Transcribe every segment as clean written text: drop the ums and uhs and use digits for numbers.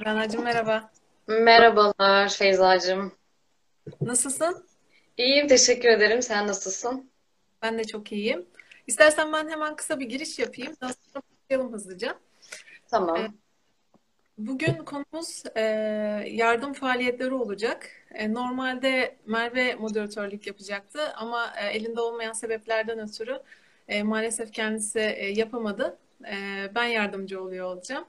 Rana'cığım merhaba. Merhabalar Feyzacığım. Nasılsın? İyiyim, teşekkür ederim. Sen nasılsın? Ben de çok iyiyim. İstersen ben hemen kısa bir giriş yapayım. Daha sonra başlayalım hızlıca. Ee, Tamam. Bugün konumuz yardım faaliyetleri olacak. Normalde Merve moderatörlük yapacaktı ama elinde olmayan sebeplerden ötürü maalesef kendisi yapamadı. Ben yardımcı oluyor olacağım.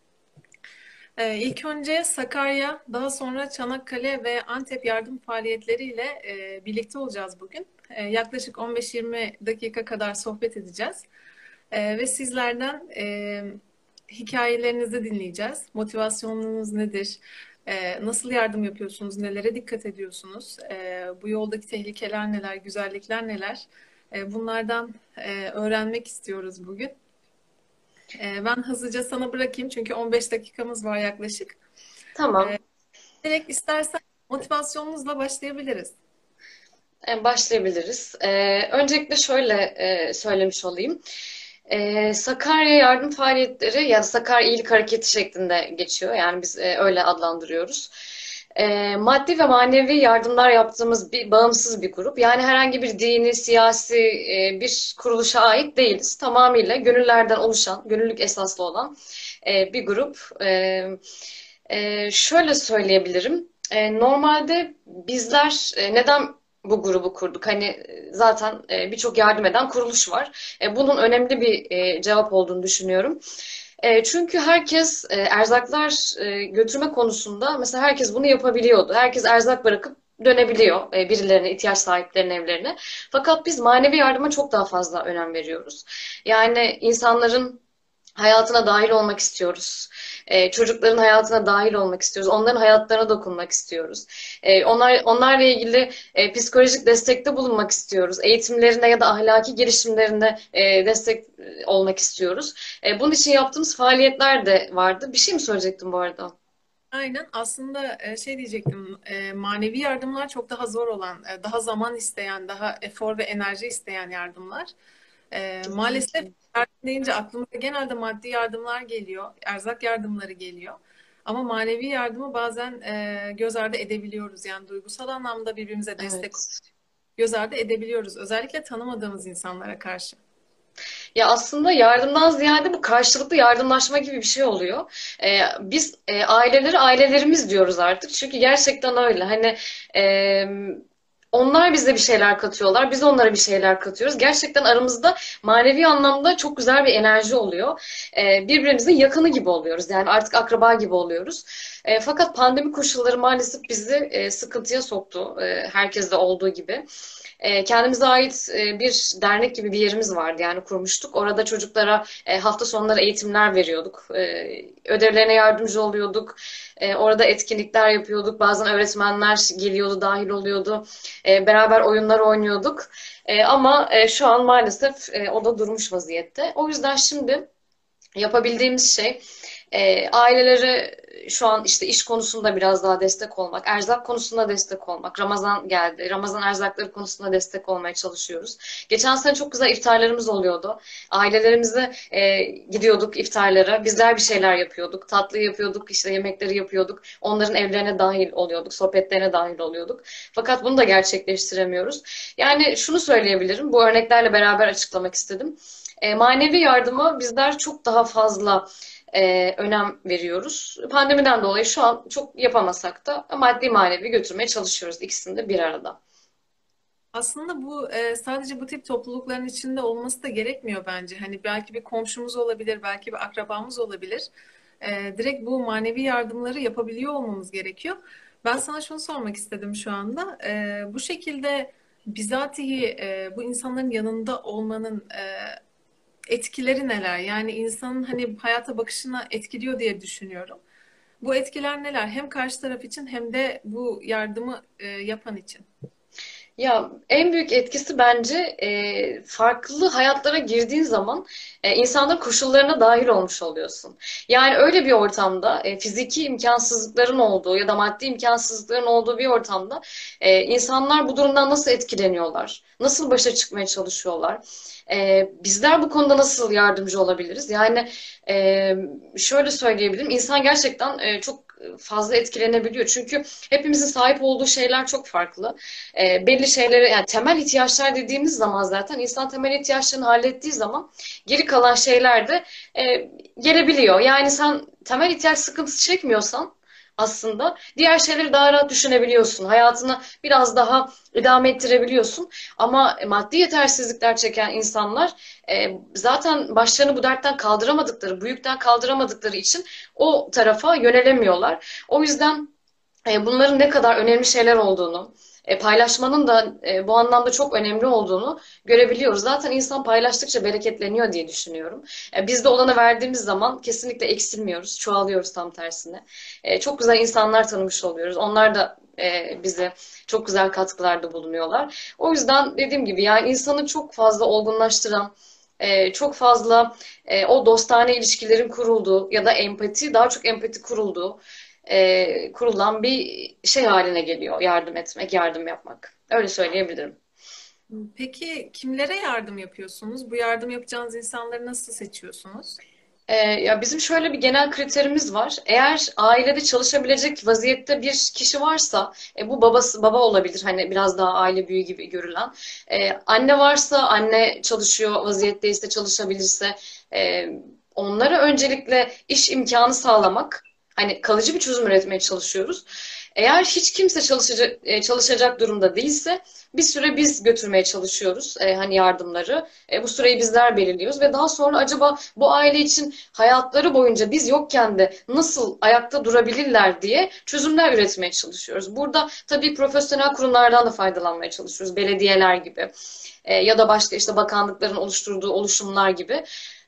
İlk önce Sakarya, daha sonra Çanakkale ve Antep yardım faaliyetleriyle birlikte olacağız bugün. Yaklaşık 15-20 dakika kadar sohbet edeceğiz. Ve sizlerden hikayelerinizi dinleyeceğiz. Motivasyonunuz nedir? Nasıl yardım yapıyorsunuz? Nelere dikkat ediyorsunuz? Bu yoldaki tehlikeler neler? Güzellikler neler? Bunlardan öğrenmek istiyoruz bugün. Ben hızlıca sana bırakayım çünkü 15 dakikamız var yaklaşık. Tamam. Direkt istersen motivasyonumuzla başlayabiliriz. Başlayabiliriz. Öncelikle şöyle söylemiş olayım. Sakarya yardım faaliyetleri ya da Sakarya İyilik Hareketi şeklinde geçiyor. Yani biz öyle adlandırıyoruz. Maddi ve manevi yardımlar yaptığımız bir bağımsız bir grup. Yani herhangi bir dini, siyasi bir kuruluşa ait değiliz. Tamamıyla gönüllerden oluşan, gönüllülük esaslı olan bir grup. Şöyle söyleyebilirim. Normalde bizler neden bu grubu kurduk? Hani zaten birçok yardım eden kuruluş var. Bunun önemli bir cevap olduğunu düşünüyorum. Çünkü herkes erzaklar götürme konusunda mesela herkes bunu yapabiliyordu. Herkes erzak bırakıp dönebiliyor birilerine, ihtiyaç sahiplerinin evlerine. Fakat biz manevi yardıma çok daha fazla önem veriyoruz. Yani insanların hayatına dahil olmak istiyoruz. Çocukların hayatına dahil olmak istiyoruz. Onların hayatlarına dokunmak istiyoruz. Onlarla ilgili psikolojik destekte bulunmak istiyoruz. Eğitimlerine ya da ahlaki gelişimlerine destek olmak istiyoruz. Bunun için yaptığımız faaliyetler de vardı. Bir şey mi söyleyecektim bu arada? Aynen aslında şey diyecektim, manevi yardımlar çok daha zor olan, daha zaman isteyen, daha efor ve enerji isteyen yardımlar. Maalesef Kesinlikle. yardım deyince aklımıza genelde maddi yardımlar geliyor, erzak yardımları geliyor. Ama manevi yardımı bazen göz ardı edebiliyoruz. Yani duygusal anlamda birbirimize destek Evet. göz ardı edebiliyoruz. Özellikle tanımadığımız insanlara karşı. Ya aslında yardımdan ziyade bu karşılıklı yardımlaşma gibi bir şey oluyor. Biz aileleri ailelerimiz diyoruz artık. Çünkü gerçekten öyle. Hani e, onlar bize bir şeyler katıyorlar. Biz onlara bir şeyler katıyoruz. Gerçekten aramızda manevi anlamda çok güzel bir enerji oluyor. Birbirimizin yakını gibi oluyoruz. Yani artık akraba gibi oluyoruz. Fakat pandemi koşulları maalesef bizi sıkıntıya soktu. Herkeste olduğu gibi. Kendimize ait bir dernek gibi bir yerimiz vardı yani kurmuştuk. Orada çocuklara hafta sonları eğitimler veriyorduk. Ödevlerine yardımcı oluyorduk. Orada etkinlikler yapıyorduk. Bazen öğretmenler geliyordu, dahil oluyordu. Beraber oyunlar oynuyorduk. Ama şu an maalesef o da durmuş vaziyette. O yüzden şimdi yapabildiğimiz şey ailelere şu an işte iş konusunda biraz daha destek olmak, erzak konusunda destek olmak. Ramazan geldi. Ramazan erzakları konusunda destek olmaya çalışıyoruz. Geçen sene çok güzel iftarlarımız oluyordu. Ailelerimize gidiyorduk iftarlara. Bizler bir şeyler yapıyorduk. Tatlı yapıyorduk, işte yemekleri yapıyorduk. Onların evlerine dahil oluyorduk, sohbetlerine dahil oluyorduk. Fakat bunu da gerçekleştiremiyoruz. Yani şunu söyleyebilirim. Bu örneklerle beraber açıklamak istedim. Manevi yardıma bizler çok daha fazla önem veriyoruz. Pandemiden dolayı şu an çok yapamasak da maddi manevi götürmeye çalışıyoruz ikisini de bir arada. Aslında bu sadece bu tip toplulukların içinde olması da gerekmiyor bence. Hani belki bir komşumuz olabilir, belki bir akrabamız olabilir. Direkt bu manevi yardımları yapabiliyor olmamız gerekiyor. Ben sana şunu sormak istedim şu anda. Bu şekilde bizatihi bu insanların yanında olmanın etkileri neler? Yani insanın hani hayata bakışına etkiliyor diye düşünüyorum. Bu etkiler neler? Hem karşı taraf için hem de bu yardımı yapan için. Ya en büyük etkisi bence farklı hayatlara girdiğin zaman insanların koşullarına dahil olmuş oluyorsun. Yani öyle bir ortamda fiziki imkansızlıkların olduğu ya da maddi imkansızlıkların olduğu bir ortamda insanlar bu durumdan nasıl etkileniyorlar? Nasıl başa çıkmaya çalışıyorlar? Bizler bu konuda nasıl yardımcı olabiliriz? Yani e, şöyle söyleyebilirim, insan gerçekten çok fazla etkilenebiliyor. Çünkü hepimizin sahip olduğu şeyler çok farklı. Belli şeylere, yani temel ihtiyaçlar dediğimiz zaman zaten insan temel ihtiyaçlarını hallettiği zaman geri kalan şeyler de gelebiliyor. Yani sen temel ihtiyaç sıkıntısı çekmiyorsan aslında diğer şeyleri daha rahat düşünebiliyorsun. Hayatını biraz daha idame ettirebiliyorsun. Ama maddi yetersizlikler çeken insanlar zaten başlarını bu dertten kaldıramadıkları, bu yükten kaldıramadıkları için o tarafa yönelemiyorlar. O yüzden bunların ne kadar önemli şeyler olduğunu, paylaşmanın da bu anlamda çok önemli olduğunu görebiliyoruz. Zaten insan paylaştıkça bereketleniyor diye düşünüyorum. Biz de olana verdiğimiz zaman kesinlikle eksilmiyoruz, çoğalıyoruz tam tersine. Çok güzel insanlar tanımış oluyoruz. Onlar da bize çok güzel katkılarda bulunuyorlar. O yüzden dediğim gibi yani insanı çok fazla olgunlaştıran, çok fazla o dostane ilişkilerin kurulduğu ya da empati, daha çok empati kurulduğu, kurulan bir şey haline geliyor yardım etmek, yardım yapmak. Öyle söyleyebilirim. Peki kimlere yardım yapıyorsunuz? Bu yardım yapacağınız insanları nasıl seçiyorsunuz? Ya bizim şöyle bir genel kriterimiz var. Eğer ailede çalışabilecek vaziyette bir kişi varsa, bu baba olabilir, hani biraz daha aile büyüğü gibi görülen. Anne varsa, anne çalışıyor vaziyetteyse, çalışabilirse, e, onlara öncelikle iş imkanı sağlamak. Hani kalıcı bir çözüm üretmeye çalışıyoruz. Eğer hiç kimse çalışacak durumda değilse bir süre biz götürmeye çalışıyoruz, hani yardımları. Bu süreyi bizler belirliyoruz ve daha sonra acaba bu aile için hayatları boyunca biz yokken de nasıl ayakta durabilirler diye çözümler üretmeye çalışıyoruz. Burada tabii profesyonel kurumlardan da faydalanmaya çalışıyoruz. Belediyeler gibi ya da başka işte bakanlıkların oluşturduğu oluşumlar gibi.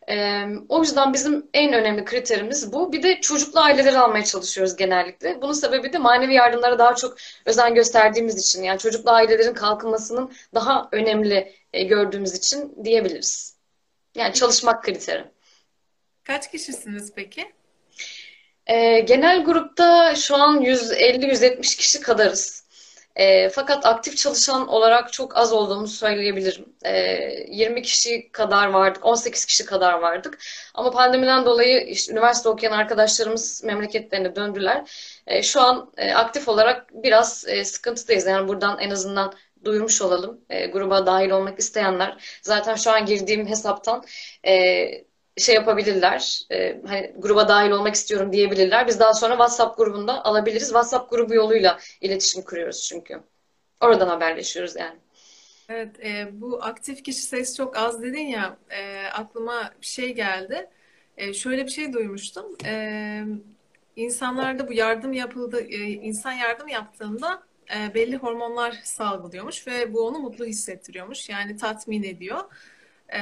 O yüzden bizim en önemli kriterimiz bu. Bir de çocuklu aileleri almaya çalışıyoruz genellikle. Bunun sebebi de manevi yardımlara daha çok özen gösterdiğimiz için. Yani çocuklu ailelerin kalkınmasının daha önemli gördüğümüz için diyebiliriz. Yani Peki çalışmak kriteri. kaç kişisiniz peki? Genel grupta şu an 150-170 kişi kadarız. Fakat aktif çalışan olarak çok az olduğumuzu söyleyebilirim. 20 kişi kadar vardık, 18 kişi kadar vardık. Ama pandemiden dolayı işte üniversite okuyan arkadaşlarımız memleketlerine döndüler. Şu an aktif olarak biraz sıkıntıdayız. Yani buradan en azından duyurmuş olalım. Gruba dahil olmak isteyenler zaten şu an girdiğim hesaptan şey yapabilirler. Hani gruba dahil olmak istiyorum diyebilirler. Biz daha sonra WhatsApp grubunda alabiliriz. WhatsApp grubu yoluyla iletişim kuruyoruz çünkü. Oradan haberleşiyoruz yani. Evet, bu aktif kişi sayısı çok az dedin ya, aklıma bir şey geldi. Şöyle bir şey duymuştum. İnsanlarda bu yardım yapıldı, insan yardım yaptığında belli hormonlar salgılıyormuş ve bu onu mutlu hissettiriyormuş. Yani tatmin ediyor. E,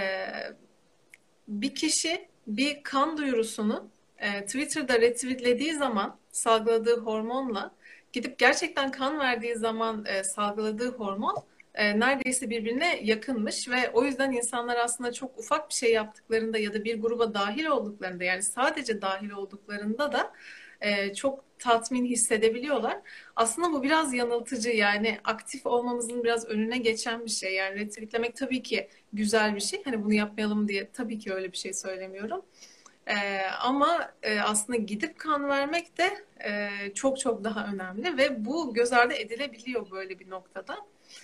Bir kişi bir kan duyurusunu Twitter'da retweetlediği zaman salgıladığı hormonla gidip gerçekten kan verdiği zaman salgıladığı hormon neredeyse birbirine yakınmış ve o yüzden insanlar aslında çok ufak bir şey yaptıklarında ya da bir gruba dahil olduklarında, yani sadece dahil olduklarında da çok tatmin hissedebiliyorlar. Aslında bu biraz yanıltıcı, yani aktif olmamızın biraz önüne geçen bir şey. Yani retweetlemek tabii ki güzel bir şey. Hani bunu yapmayalım diye tabii ki öyle bir şey söylemiyorum. Ama aslında gidip kan vermek de çok çok daha önemli ve bu göz ardı edilebiliyor böyle bir noktada.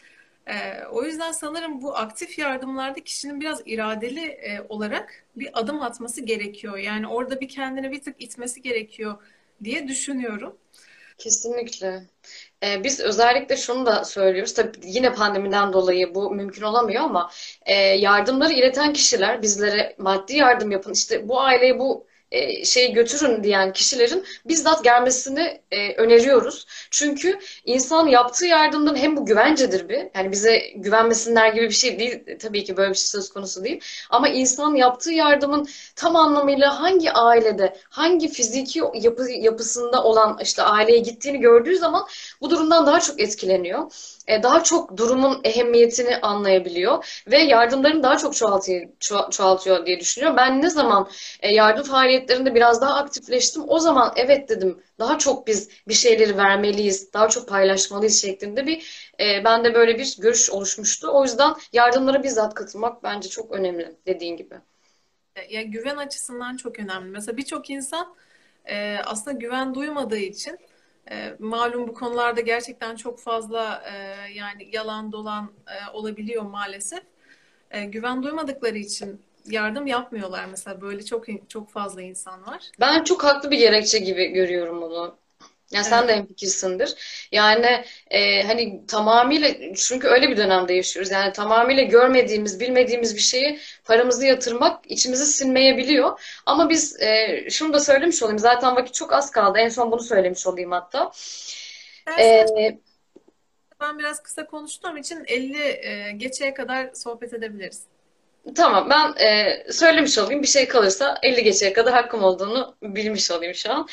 O yüzden sanırım bu aktif yardımlarda kişinin biraz iradeli olarak bir adım atması gerekiyor. Yani orada bir kendini bir tık itmesi gerekiyor diye düşünüyorum. Kesinlikle. Biz özellikle şunu da söylüyoruz. Tabii yine pandemiden dolayı bu mümkün olamıyor ama yardımları ileten kişiler bizlere maddi yardım yapın, İşte bu aileye bu şeyi götürün diyen kişilerin bizzat gelmesini öneriyoruz. Çünkü insan yaptığı yardımdan hem bu güvencedir bir. Yani bize güvenmesinler gibi bir şey değil. Tabii ki böyle bir şey söz konusu değil. Ama insan yaptığı yardımın tam anlamıyla hangi ailede, hangi fiziki yapısında olan işte aileye gittiğini gördüğü zaman bu durumdan daha çok etkileniyor. Daha çok durumun ehemmiyetini anlayabiliyor ve yardımlarını daha çok çoğaltıyor diye düşünüyorum. Ben ne zaman yardım faaliyetlerinde biraz daha aktifleştim, o zaman evet dedim, daha çok biz bir şeyleri vermeliyiz, daha çok paylaşmalıyız şeklinde bende böyle bir görüş oluşmuştu. O yüzden yardımlara bizzat katılmak bence çok önemli dediğin gibi. Ya güven açısından çok önemli. Mesela birçok insan aslında güven duymadığı için malum bu konularda gerçekten çok fazla yani yalan dolan olabiliyor maalesef. Güven duymadıkları için yardım yapmıyorlar mesela. Böyle çok çok fazla insan var. Ben çok haklı bir gerekçe gibi görüyorum bunu. Ya sen de Evet. hemfikirsindir. Yani hani tamamıyla, çünkü öyle bir dönemde yaşıyoruz. Yani tamamıyla görmediğimiz, bilmediğimiz bir şeyi paramızı yatırmak içimizi sinmeyebiliyor. Ama biz şunu da söylemiş olayım. Zaten vakit çok az kaldı. En son bunu söylemiş olayım hatta. Dersen E, ben biraz kısa konuştuğum için 50 geçeye kadar sohbet edebiliriz. tamam, ben söylemiş olayım. Bir şey kalırsa 50 geçeye kadar hakkım olduğunu bilmiş olayım şu an.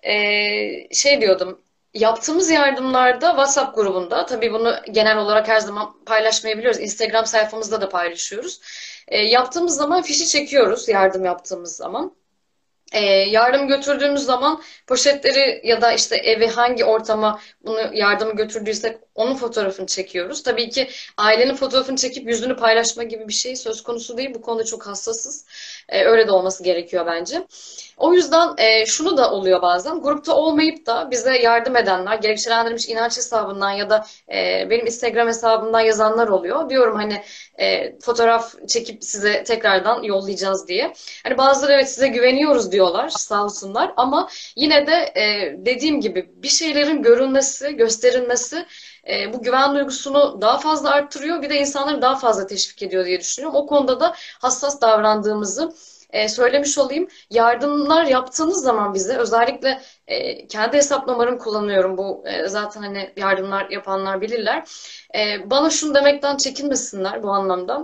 Şey diyordum. Yaptığımız yardımlarda WhatsApp grubunda, tabii bunu genel olarak her zaman paylaşmayabiliyoruz. Instagram sayfamızda da paylaşıyoruz. Yaptığımız zaman fişi çekiyoruz, yardım yaptığımız zaman. Yardım götürdüğümüz zaman poşetleri ya da işte evi, hangi ortama bunu yardımı götürdüysek onun fotoğrafını çekiyoruz. Tabii ki ailenin fotoğrafını çekip yüzünü paylaşma gibi bir şey söz konusu değil. Bu konuda çok hassasız. Öyle de olması gerekiyor bence. O yüzden şunu da oluyor bazen. Grupta olmayıp da bize yardım edenler, gerekçelendirilmiş inanç hesabından ya da benim Instagram hesabımdan yazanlar oluyor. Diyorum hani fotoğraf çekip size tekrardan yollayacağız diye. Hani bazıları evet size güveniyoruz diyorlar, sağ olsunlar, ama yine de dediğim gibi bir şeylerin görünmesi, gösterilmesi bu güven duygusunu daha fazla arttırıyor. Bir de insanları daha fazla teşvik ediyor diye düşünüyorum. O konuda da hassas davrandığımızı söylemiş olayım. Yardımlar yaptığınız zaman bize, özellikle kendi hesap numaramı kullanıyorum. Bu zaten hani yardımlar yapanlar bilirler. Bana şunu demekten çekinmesinler bu anlamda.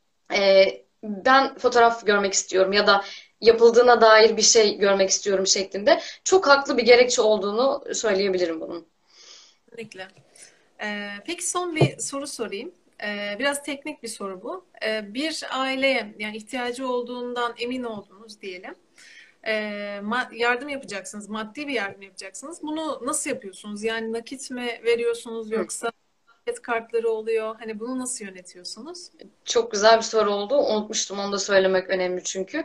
Ben fotoğraf görmek istiyorum ya da yapıldığına dair bir şey görmek istiyorum şeklinde. Çok haklı bir gerekçe olduğunu söyleyebilirim bunun. Kesinlikle. Peki son bir soru sorayım. Biraz teknik bir soru bu. Bir aileye yani ihtiyacı olduğundan emin oldunuz diyelim. Yardım yapacaksınız, maddi bir yardım yapacaksınız. Bunu nasıl yapıyorsunuz? Yani nakit mi veriyorsunuz Hı. yoksa kredi kartları oluyor? Hani bunu nasıl yönetiyorsunuz? Çok güzel bir soru oldu. Unutmuştum, onu da söylemek önemli çünkü.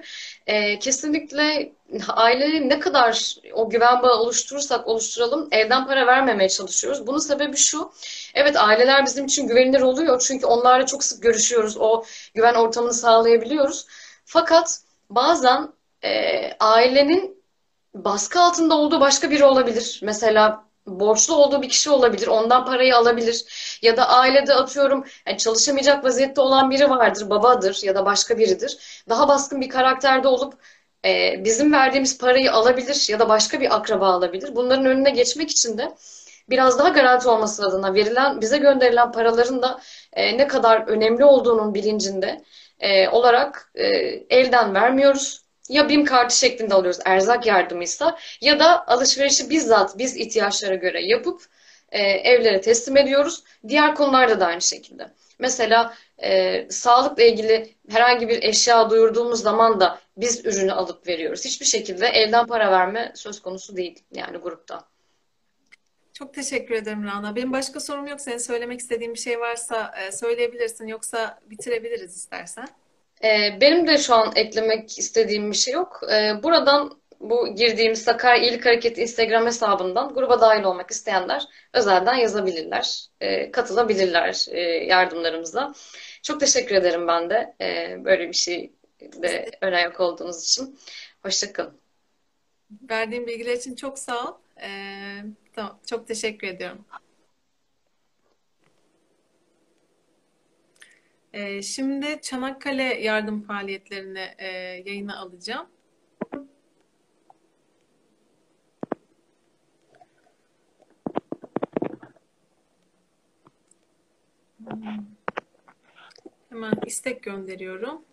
Kesinlikle aileye ne kadar o güven bağı oluşturursak oluşturalım elden para vermemeye çalışıyoruz. Bunun sebebi şu. Evet, aileler bizim için güvenilir oluyor. Çünkü onlarla çok sık görüşüyoruz. O güven ortamını sağlayabiliyoruz. Fakat bazen ailenin baskı altında olduğu başka biri olabilir. Mesela borçlu olduğu bir kişi olabilir. Ondan parayı alabilir. Ya da ailede atıyorum yani çalışamayacak vaziyette olan biri vardır. Babadır ya da başka biridir. Daha baskın bir karakterde olup bizim verdiğimiz parayı alabilir ya da başka bir akraba alabilir. Bunların önüne geçmek için de biraz daha garanti olması adına verilen, bize gönderilen paraların da ne kadar önemli olduğunun bilincinde olarak elden vermiyoruz. Ya BİM kartı şeklinde alıyoruz, erzak yardımıysa, ya da alışverişi bizzat biz ihtiyaçlara göre yapıp evlere teslim ediyoruz. Diğer konularda da aynı şekilde. Mesela sağlıkla ilgili herhangi bir eşya duyurduğumuz zaman da biz ürünü alıp veriyoruz. Hiçbir şekilde elden para verme söz konusu değil yani grupta. Çok teşekkür ederim Rana. Benim başka sorum yok. Senin söylemek istediğin bir şey varsa söyleyebilirsin. Yoksa bitirebiliriz istersen. Benim de şu an eklemek istediğim bir şey yok. Buradan bu girdiğimiz Sakarya İyilik Hareketi Instagram hesabından gruba dahil olmak isteyenler özelden yazabilirler, katılabilirler yardımlarımıza. Çok teşekkür ederim ben de böyle bir şey Biz de ön ayak olduğunuz için. Hoşça kalın. verdiğin bilgiler için çok sağ ol. Tamam, çok teşekkür ediyorum. Şimdi Çanakkale yardım faaliyetlerini yayına alacağım. Hemen istek gönderiyorum.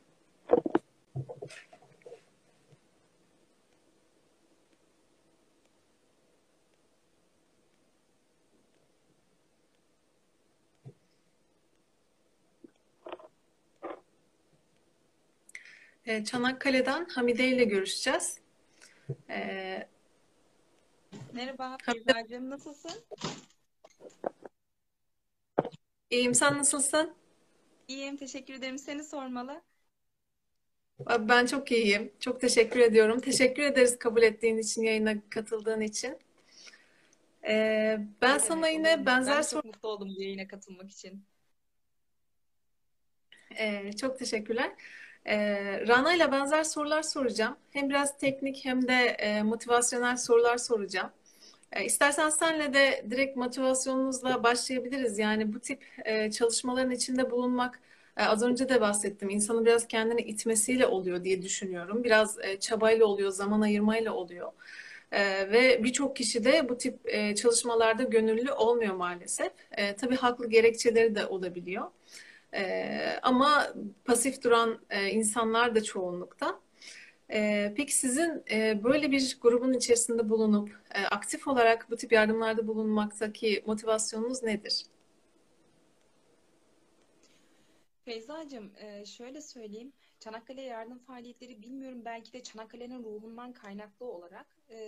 Çanakkale'den Hamide ile görüşeceğiz. E, Merhaba Hamide, Feyza'cığım, nasılsın? iyiyim. Sen nasılsın? İyiyim, teşekkür ederim. Seni sormalı. Ben çok iyiyim. Çok teşekkür ediyorum. Teşekkür ederiz kabul ettiğin için, yayına katıldığın için. Ben Ne sana demek, olur yine mu? Ben benzer de çok mutlu oldum bu yayına katılmak için. Çok teşekkürler. Rana ile benzer sorular soracağım. Hem biraz teknik hem de motivasyonel sorular soracağım. İstersen senle de direkt motivasyonunuzla başlayabiliriz. Yani bu tip çalışmaların içinde bulunmak, az önce de bahsettim, insanın biraz kendini itmesiyle oluyor diye düşünüyorum. Biraz çabayla oluyor, zaman ayırmayla oluyor. Ve birçok kişi de bu tip çalışmalarda gönüllü olmuyor maalesef. Tabii haklı gerekçeleri de olabiliyor. Ama pasif duran insanlar da çoğunlukta. Peki sizin böyle bir grubun içerisinde bulunup aktif olarak bu tip yardımlarda bulunmaktaki motivasyonunuz nedir? Feyza'cığım, şöyle söyleyeyim. Çanakkale yardım faaliyetleri bilmiyorum, belki de Çanakkale'nin ruhundan kaynaklı olarak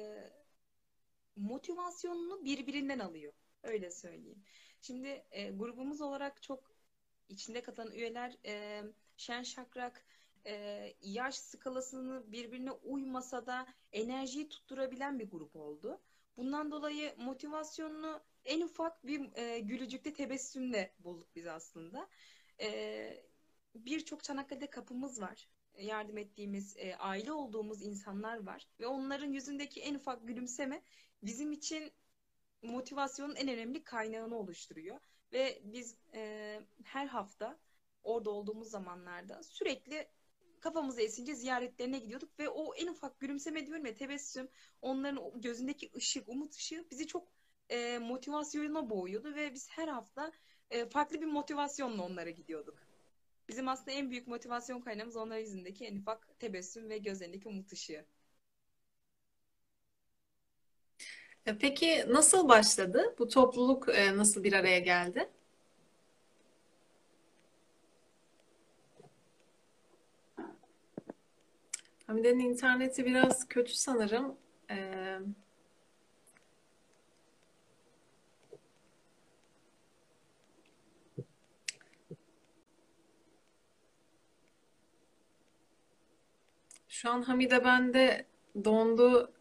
motivasyonunu birbirinden alıyor. Öyle söyleyeyim. Şimdi grubumuz olarak çok içinde katılan üyeler şen şakrak, yaş skalasını birbirine uymasa da enerjiyi tutturabilen bir grup oldu. Bundan dolayı motivasyonunu en ufak bir gülücükte, tebessümle bulduk biz aslında. Birçok Çanakkale'de kapımız var. Yardım ettiğimiz, aile olduğumuz insanlar var. Ve onların yüzündeki en ufak gülümseme bizim için motivasyonun en önemli kaynağını oluşturuyor. Ve biz her hafta orada olduğumuz zamanlarda sürekli kafamıza esince ziyaretlerine gidiyorduk ve o en ufak gülümseme diyorum ya, tebessüm, onların o gözündeki ışık, umut ışığı bizi çok motivasyona boğuyordu ve biz her hafta farklı bir motivasyonla onlara gidiyorduk. Bizim aslında en büyük motivasyon kaynağımız onların yüzündeki en ufak tebessüm ve gözlerindeki umut ışığı. Peki nasıl başladı? Bu topluluk nasıl bir araya geldi? Hamide'nin interneti biraz kötü sanırım. E, Şu an Hamide bende dondu.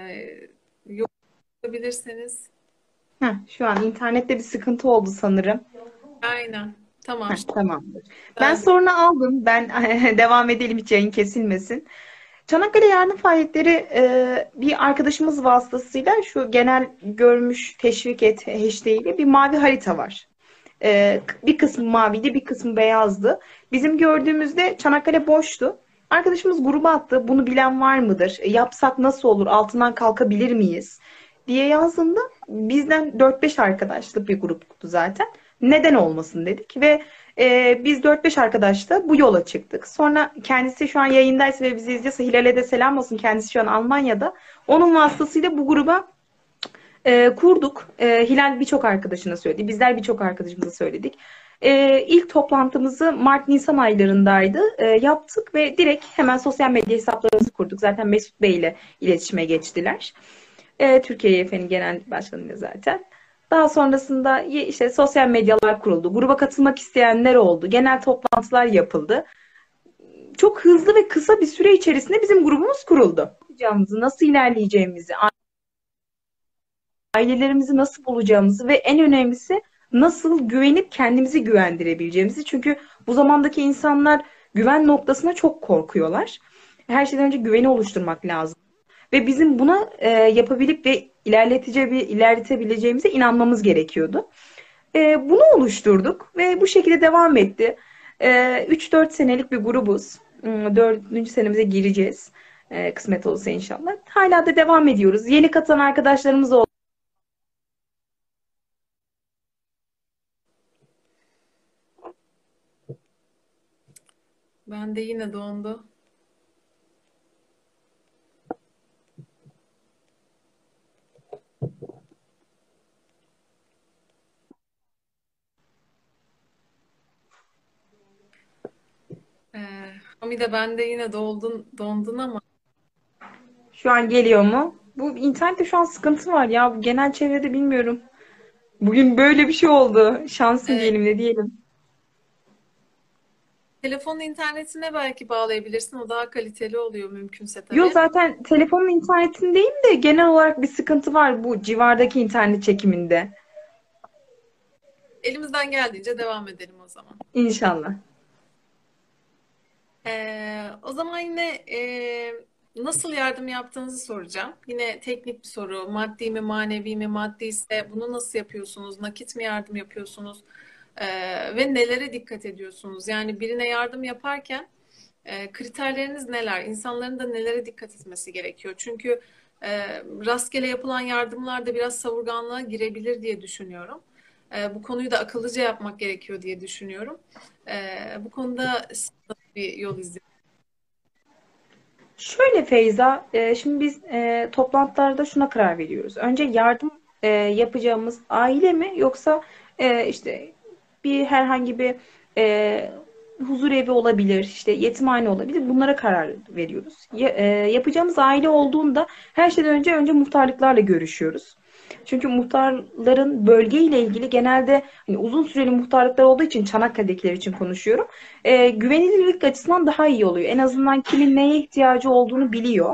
Yok olabilirseniz. Şu an internette bir sıkıntı oldu sanırım. Aynen. Tamam. Şimdi Tamamdır. Ben düzeldi. sorunu aldım. Ben devam edelim, hiç yayın kesilmesin. Çanakkale Yardım Faaliyetleri bir arkadaşımız vasıtasıyla şu genel görmüş teşvik et hashtag ile bir mavi harita var. Bir kısmı maviydi, bir kısmı beyazdı. Bizim gördüğümüzde Çanakkale boştu. Arkadaşımız gruba attı. Bunu bilen var mıdır? Yapsak nasıl olur? Altından kalkabilir miyiz? Diye yazdığında bizden 4-5 arkadaşlık bir gruptu zaten. Neden olmasın dedik ve biz 4-5 arkadaş da bu yola çıktık. Sonra kendisi şu an yayındaysa ve bizi izliyorsa Hilal'e de selam olsun. Kendisi şu an Almanya'da. Onun vasıtasıyla bu gruba kurduk. Hilal birçok arkadaşına söyledi. Bizler birçok arkadaşımıza söyledik. İlk toplantımızı Mart-Nisan aylarındaydı. Yaptık ve direkt hemen sosyal medya hesaplarımızı kurduk. Zaten Mesut Bey ile iletişime geçtiler. Türkiye YF'nin genel başkanıyla zaten. Daha sonrasında işte sosyal medyalar kuruldu. Gruba katılmak isteyenler oldu. Genel toplantılar yapıldı. Çok hızlı ve kısa bir süre içerisinde bizim grubumuz kuruldu. Yapacağımızı, nasıl ilerleyeceğimizi, ailelerimizi nasıl bulacağımızı ve en önemlisi nasıl güvenip kendimizi güvendirebileceğimizi. Çünkü bu zamandaki insanlar güven noktasına çok korkuyorlar. Her şeyden önce güveni oluşturmak lazım. Ve bizim buna yapabilip ve ilerletebileceğimize inanmamız gerekiyordu. Bunu oluşturduk ve bu şekilde devam etti. 3-4 senelik bir grubuz. 4. senemize gireceğiz. Kısmet olursa inşallah. Hala da devam ediyoruz. Yeni katılan arkadaşlarımız oldu. Ben de yine dondu. Hamide ben de yine dondun ama Şu an geliyor mu? Bu internette şu an sıkıntı var ya. Bu genel çevrede bilmiyorum. Bugün böyle bir şey oldu. Şansım e, diyelim ne diyelim. telefonun internetine belki bağlayabilirsin. O daha kaliteli oluyor mümkünse Yok tabii. zaten telefonun internetindeyim de genel olarak bir sıkıntı var bu civardaki internet çekiminde. Elimizden geldiğince devam edelim o zaman. İnşallah. O zaman yine nasıl yardım yaptığınızı soracağım. Yine teknik bir soru. Maddi mi, manevi mi? Maddi ise bunu nasıl yapıyorsunuz? Nakit mi yardım yapıyorsunuz? Ve nelere dikkat ediyorsunuz? Yani birine yardım yaparken kriterleriniz neler? İnsanların da nelere dikkat etmesi gerekiyor? Çünkü rastgele yapılan yardımlar da biraz savurganlığa girebilir diye düşünüyorum. Bu konuyu da akıllıca yapmak gerekiyor diye düşünüyorum. Bu konuda siz nasıl bir yol izliyorsunuz? Şöyle Feyza, şimdi biz toplantılarda şuna karar veriyoruz. Önce yardım yapacağımız aile mi yoksa işte bir herhangi bir e, huzur evi olabilir, işte yetimhane olabilir. Bunlara karar veriyoruz. Yapacağımız aile olduğunda her şeyden önce muhtarlıklarla görüşüyoruz. Çünkü muhtarların bölgeyle ilgili genelde hani uzun süreli muhtarlıklar olduğu için Çanakkale'dekiler için konuşuyorum. Güvenilirlik açısından daha iyi oluyor. En azından kimin neye ihtiyacı olduğunu biliyor.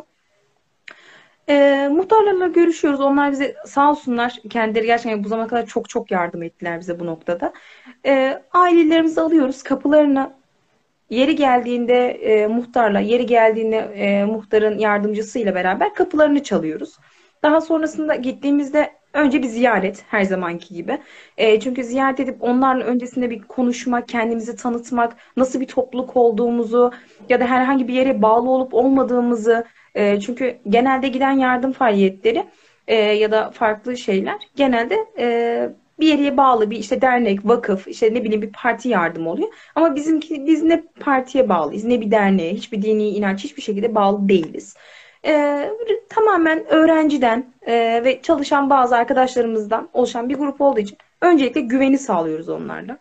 Muhtarlarla görüşüyoruz. Onlar bize sağ olsunlar kendileri gerçekten bu zamana kadar çok çok yardım ettiler bize bu noktada. Ailelerimizi alıyoruz. Kapılarına yeri geldiğinde muhtarla, yeri geldiğinde muhtarın yardımcısıyla beraber kapılarını çalıyoruz. Daha sonrasında gittiğimizde önce bir ziyaret her zamanki gibi. Çünkü ziyaret edip onlarla öncesinde bir konuşmak, kendimizi tanıtmak, nasıl bir topluluk olduğumuzu ya da herhangi bir yere bağlı olup olmadığımızı. Çünkü genelde giden yardım faaliyetleri ya da farklı şeyler genelde bir yere bağlı bir işte dernek, vakıf, işte ne bileyim bir parti yardım oluyor. Ama biz ne partiye bağlıyız, ne bir derneğe, hiçbir dini inanç hiçbir şekilde bağlı değiliz. Tamamen öğrenciden ve çalışan bazı arkadaşlarımızdan oluşan bir grup olduğu için öncelikle güveni sağlıyoruz onlarla.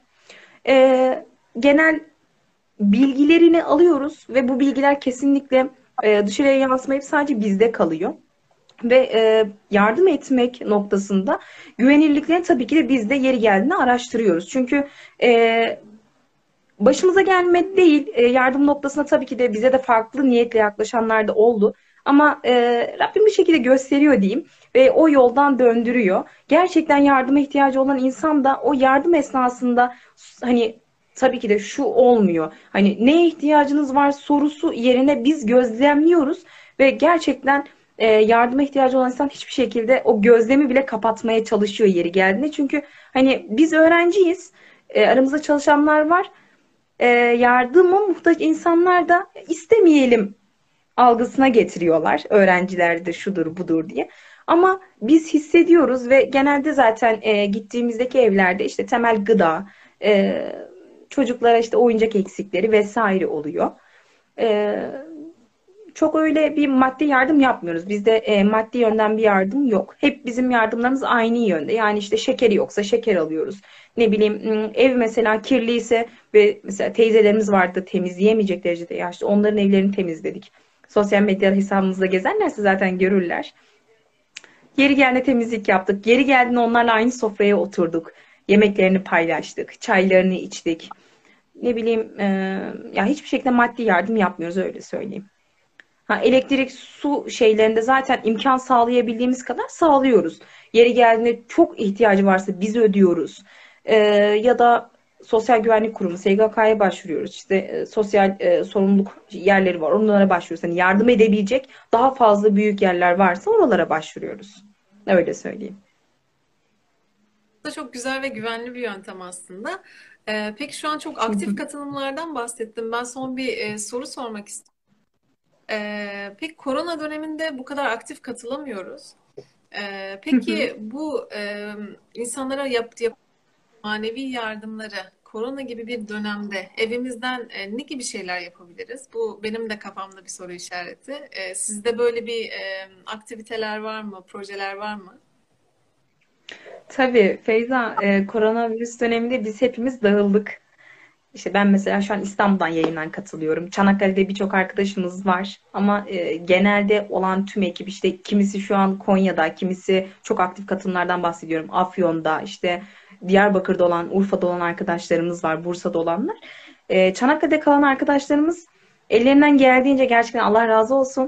Genel bilgilerini alıyoruz ve bu bilgiler kesinlikle dışarıya yansımayıp sadece bizde kalıyor. Ve yardım etmek noktasında güvenilirliklerini tabii ki de biz de yeri geldiğinde araştırıyoruz. Çünkü e, başımıza gelmek değil, yardım noktasında tabii ki de bize de farklı niyetle yaklaşanlar da oldu. Ama Rabbim bir şekilde gösteriyor diyeyim ve o yoldan döndürüyor. Gerçekten yardıma ihtiyacı olan insan da o yardım esnasında hani tabii ki de şu olmuyor. Hani neye ihtiyacınız var sorusu yerine biz gözlemliyoruz ve gerçekten yardıma ihtiyacı olan insan hiçbir şekilde o gözlemi bile kapatmaya çalışıyor yeri geldiğinde. Çünkü hani biz öğrenciyiz, aramızda çalışanlar var, yardıma muhtaç insanlar da istemeyelim algısına getiriyorlar. Öğrencilerdir, şudur, budur diye. Ama biz hissediyoruz ve genelde zaten gittiğimizdeki evlerde işte temel gıda, e, çocuklara işte oyuncak eksikleri vesaire oluyor. E, Çok öyle bir maddi yardım yapmıyoruz. Bizde maddi yönden bir yardım yok. Hep bizim yardımlarımız aynı yönde. Yani işte şekeri yoksa şeker alıyoruz. Ne bileyim ev mesela kirliyse ve mesela teyzelerimiz vardı temizleyemeyecek derecede yaşlı. Onların evlerini temizledik. Sosyal medya hesabımızda gezerlerse zaten görürler. Yeri geldiğinde temizlik yaptık. Yeri geldiğinde onlarla aynı sofraya oturduk. Yemeklerini paylaştık. Çaylarını içtik. Ne bileyim ya hiçbir şekilde maddi yardım yapmıyoruz öyle söyleyeyim. Ha, elektrik, su şeylerinde zaten imkan sağlayabildiğimiz kadar sağlıyoruz. Yeri geldiğinde çok ihtiyacı varsa biz ödüyoruz. Ya da Sosyal Güvenlik Kurumu, SGK'ya başvuruyoruz. İşte sosyal sorumluluk yerleri var. Onlara başvuruyoruz. Yani yardım edebilecek daha fazla büyük yerler varsa oralara başvuruyoruz. Öyle söyleyeyim. Bu da çok güzel ve güvenli bir yöntem aslında. Peki şu an çok aktif katılımlardan bahsettim. Ben son bir soru sormak istiyorum. Peki korona döneminde bu kadar aktif katılamıyoruz. Peki bu insanlara yaptığı manevi yardımları korona gibi bir dönemde evimizden ne gibi şeyler yapabiliriz? Bu benim de kafamda bir soru işareti. Sizde böyle bir aktiviteler var mı, projeler var mı? Tabii Feyza, koronavirüs döneminde biz hepimiz dağıldık. İşte ben mesela şu an İstanbul'dan yayından katılıyorum. Çanakkale'de birçok arkadaşımız var. Ama genelde olan tüm ekip işte kimisi şu an Konya'da, kimisi çok aktif katılımlardan bahsediyorum. Afyon'da, işte Diyarbakır'da olan, Urfa'da olan arkadaşlarımız var, Bursa'da olanlar. Çanakkale'de kalan arkadaşlarımız ellerinden geldiğince gerçekten Allah razı olsun.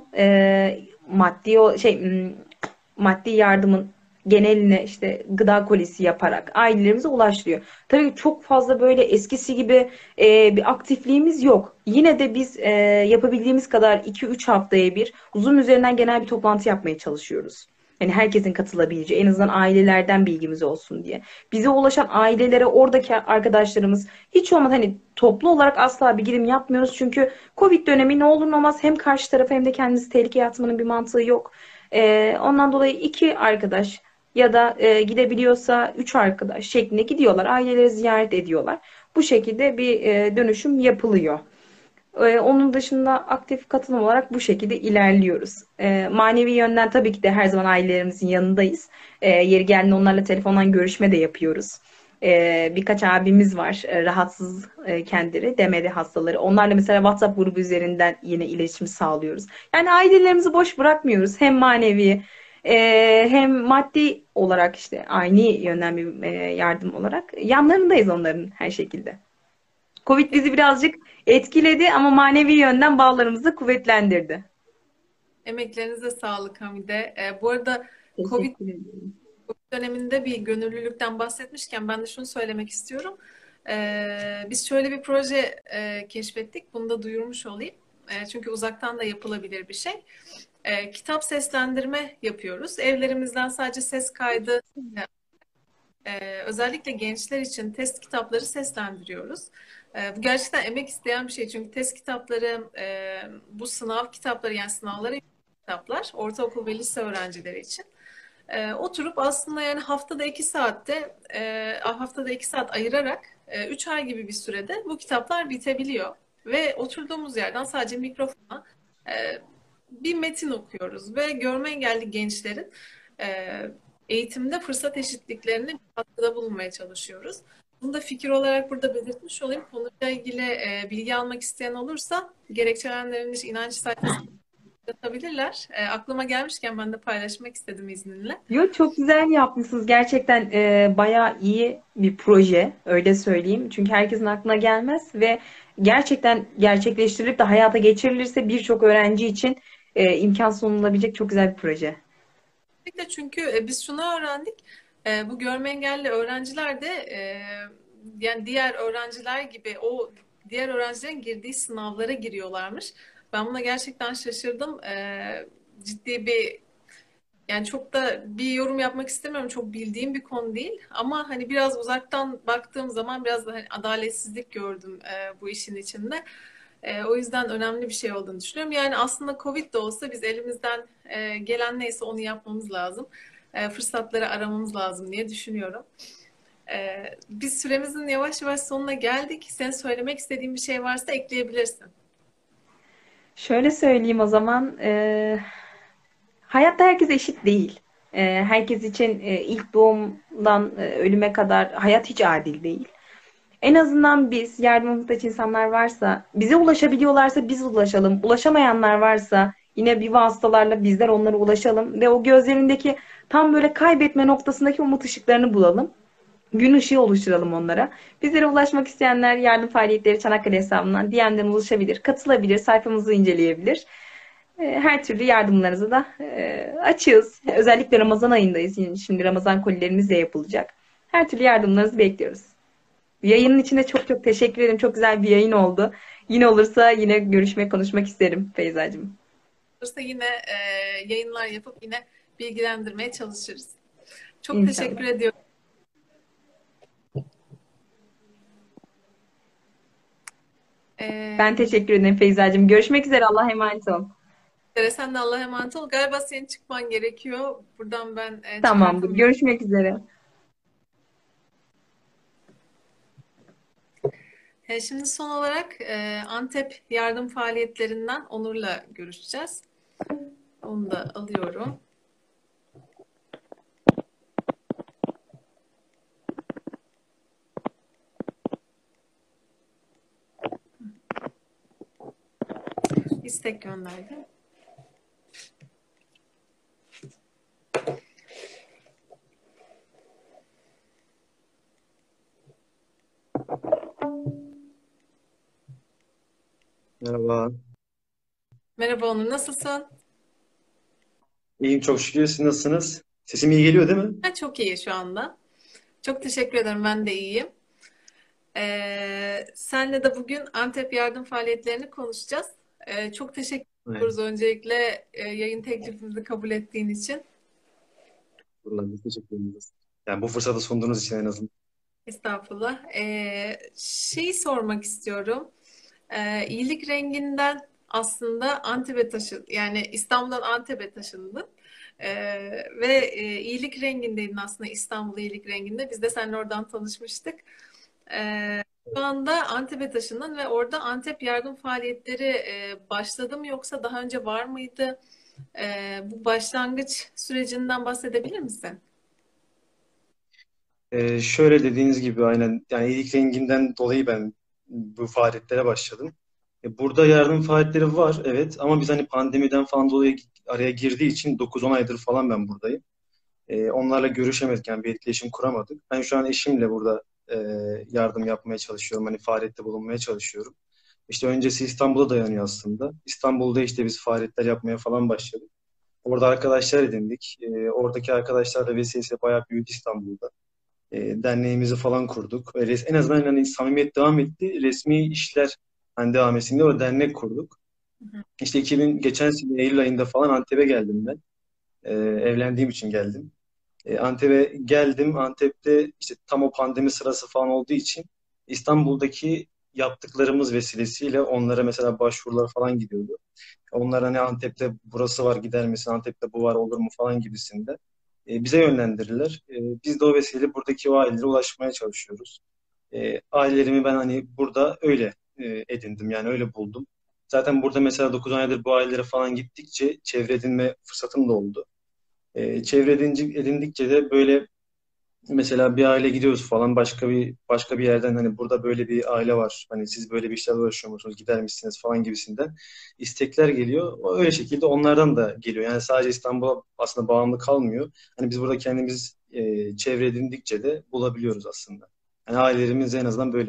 Maddi yardımın geneline işte gıda kolisi yaparak ailelerimize ulaştırıyor. Tabii ki çok fazla böyle eskisi gibi bir aktifliğimiz yok. Yine de biz yapabildiğimiz kadar 2-3 haftaya bir Zoom üzerinden genel bir toplantı yapmaya çalışıyoruz. Yani herkesin katılabileceği, en azından ailelerden bilgimiz olsun diye. Bize ulaşan ailelere oradaki arkadaşlarımız hiç olmadı hani toplu olarak asla bir girim yapmıyoruz. Çünkü Covid dönemi ne olur ne olmaz hem karşı tarafa hem de kendimizi tehlikeye atmanın bir mantığı yok. Ondan dolayı iki arkadaş ya da gidebiliyorsa üç arkadaş şeklinde gidiyorlar. Aileleri ziyaret ediyorlar. Bu şekilde bir dönüşüm yapılıyor. Onun dışında aktif katılım olarak bu şekilde ilerliyoruz. Manevi yönden tabii ki de her zaman ailelerimizin yanındayız. Yeri geldiğinde onlarla telefondan görüşme de yapıyoruz. Birkaç abimiz var rahatsız kendileri, demeli hastaları. Onlarla mesela WhatsApp grubu üzerinden yine iletişim sağlıyoruz. Yani ailelerimizi boş bırakmıyoruz. Hem manevi hem maddi olarak işte aynı yönden bir yardım olarak yanlarındayız onların her şekilde. Covid bizi birazcık etkiledi ama manevi yönden bağlarımızı da kuvvetlendirdi. Emeklerinize sağlık Hamide. Bu arada Covid Teşekkür ederim. döneminde bir gönüllülükten bahsetmişken ben de şunu söylemek istiyorum. Biz şöyle bir proje keşfettik. Bunu da duyurmuş olayım. Çünkü uzaktan da yapılabilir bir şey. Kitap seslendirme yapıyoruz. Evlerimizden sadece ses kaydı, özellikle gençler için test kitapları seslendiriyoruz. Bu gerçekten emek isteyen bir şey. Çünkü test kitapları, bu sınav kitapları yani sınavlara yönelik kitaplar ortaokul ve lise öğrencileri için. Oturup aslında yani haftada 2 saat ayırarak 3 ay gibi bir sürede bu kitaplar bitebiliyor. Ve oturduğumuz yerden sadece mikrofona e, bir metin okuyoruz ve görme engelli gençlerin e, eğitimde fırsat eşitliklerine bir katkıda bulunmaya çalışıyoruz. Bunu da fikir olarak burada belirtmiş olayım. Konuyla ilgili bilgi almak isteyen olursa gerekçelendirilmiş inanç sayfasına atabilirler. Aklıma gelmişken ben de paylaşmak istedim izninle. Yo, çok güzel yapmışsınız. Gerçekten bayağı iyi bir proje, öyle söyleyeyim. Çünkü herkesin aklına gelmez ve gerçekten gerçekleştirilip de hayata geçirilirse birçok öğrenci için imkan sunulabilecek çok güzel bir proje. Kesinlikle çünkü biz şunu öğrendik. Bu görme engelli öğrenciler de yani diğer öğrenciler gibi o diğer öğrencilerin girdiği sınavlara giriyorlarmış. Ben buna gerçekten şaşırdım. Ciddi bir yani çok da bir yorum yapmak istemiyorum. Çok bildiğim bir konu değil. Ama hani biraz uzaktan baktığım zaman biraz da hani adaletsizlik gördüm bu işin içinde. O yüzden önemli bir şey olduğunu düşünüyorum. Yani aslında Covid de olsa biz elimizden gelen neyse onu yapmamız lazım. Fırsatları aramamız lazım diye düşünüyorum. Biz süremizin yavaş yavaş sonuna geldik. Sen söylemek istediğin bir şey varsa ekleyebilirsin. Şöyle söyleyeyim o zaman. Hayatta herkes eşit değil. Herkes için ilk doğumdan ölüme kadar hayat hiç adil değil. En azından biz yardıma muhtaç insanlar varsa, bize ulaşabiliyorlarsa biz ulaşalım. Ulaşamayanlar varsa yine bir vasıtalarla bizler onlara ulaşalım ve o gözlerindeki tam böyle kaybetme noktasındaki umut ışıklarını bulalım. Gün ışığı oluşturalım onlara. Bizlere ulaşmak isteyenler yardım faaliyetleri Çanakkale hesabından DM'den ulaşabilir, katılabilir, sayfamızı inceleyebilir. Her türlü yardımlarınızı da açığız. Özellikle Ramazan ayındayız. Şimdi Ramazan kolilerimiz de yapılacak. Her türlü yardımlarınızı bekliyoruz. Yayının içinde çok çok teşekkür ederim. Çok güzel bir yayın oldu. Yine olursa yine görüşmek, konuşmak isterim Feyzacığım. Olursa yine yayınlar yapıp yine bilgilendirmeye çalışırız. Çok İnşallah. teşekkür ediyorum. Ben Ee, teşekkür ederim Feyzacığım. Görüşmek üzere. Allah'a emanet ol. Sen de Allah'a emanet ol. Galiba senin çıkman gerekiyor. Buradan ben Tamamdır. çıkartamıyorum. Görüşmek üzere. Şimdi son olarak Antep yardım faaliyetlerinden Onur'la görüşeceğiz. Onu da alıyorum. İstek gönderdi. Merhaba. Merhaba Onur, nasılsın? İyiyim çok şükür. Siz nasılsınız? Sesim iyi geliyor değil mi? Çok iyi şu anda. Çok teşekkür ederim, ben de iyiyim. Senle de bugün Antep yardım faaliyetlerini konuşacağız. Çok teşekkür Evet. ediyoruz öncelikle yayın teklifimizi kabul ettiğin için. Biz teşekkür ederiz. Yani bu fırsatı sunduğunuz için en azından. Estağfurullah. Şeyi sormak istiyorum. İyilik renginden aslında Antep'e yani İstanbul'dan Antep'e taşındın. Ve iyilik rengindeydin aslında, İstanbul iyilik renginde. Biz de seninle oradan tanışmıştık. Şu anda Antep'e taşındın ve orada Antep yardım faaliyetleri başladı mı, yoksa daha önce var mıydı? Bu başlangıç sürecinden bahsedebilir misin? Şöyle dediğiniz gibi aynen yani iyilik renginden dolayı ben bu faaliyetlere başladım. Burada yardım faaliyetleri var evet ama biz hani pandemiden falan dolayı araya girdiği için 9-10 aydır falan ben buradayım. Onlarla görüşemedik yani bir etkileşim kuramadık. Ben şu an eşimle burada yardım yapmaya çalışıyorum. Hani faaliyette bulunmaya çalışıyorum. İşte öncesi İstanbul'a dayanıyor aslında. İstanbul'da işte biz faaliyetler yapmaya falan başladık. Orada arkadaşlar edindik. Oradaki arkadaşlarla vesilesiyle bayağı büyüdü İstanbul'da. Derneğimizi falan kurduk. En azından hani samimiyet devam etti. Resmi işler hani devam etsin diye o dernek kurduk. İşte geçen sene Eylül ayında falan Antep'e geldim ben. Evlendiğim için geldim. Antep'e geldim. Antep'te işte tam o pandemi sırası falan olduğu için İstanbul'daki yaptıklarımız vesilesiyle onlara mesela başvurular falan gidiyordu. Onlar hani Antep'te burası var gider misin? Antep'te bu var olur mu falan gibisinde. Bize yönlendirirler. Biz de o vesileyle buradaki o ailelere ulaşmaya çalışıyoruz. Ailelerimi ben hani burada öyle edindim yani öyle buldum. Zaten burada mesela 9 aydır bu ailelere falan gittikçe çevre edinme fırsatım da oldu. Çevre edindikçe de böyle mesela bir aile gidiyoruz falan başka bir yerden hani burada böyle bir aile var. Hani siz böyle bir işlerle uğraşıyor musunuz? Gider misiniz falan gibisinden istekler geliyor. Öyle şekilde onlardan da geliyor. Yani sadece İstanbul'a aslında bağımlı kalmıyor. Hani biz burada kendimiz çevre edindikçe de bulabiliyoruz aslında. Yani ailelerimiz en azından böyle.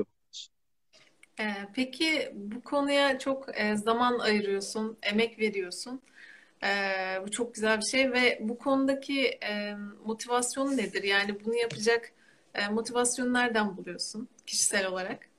Peki bu konuya çok zaman ayırıyorsun, emek veriyorsun. Bu çok güzel bir şey ve bu konudaki motivasyonu nedir? Yani bunu yapacak motivasyonu nereden buluyorsun kişisel olarak?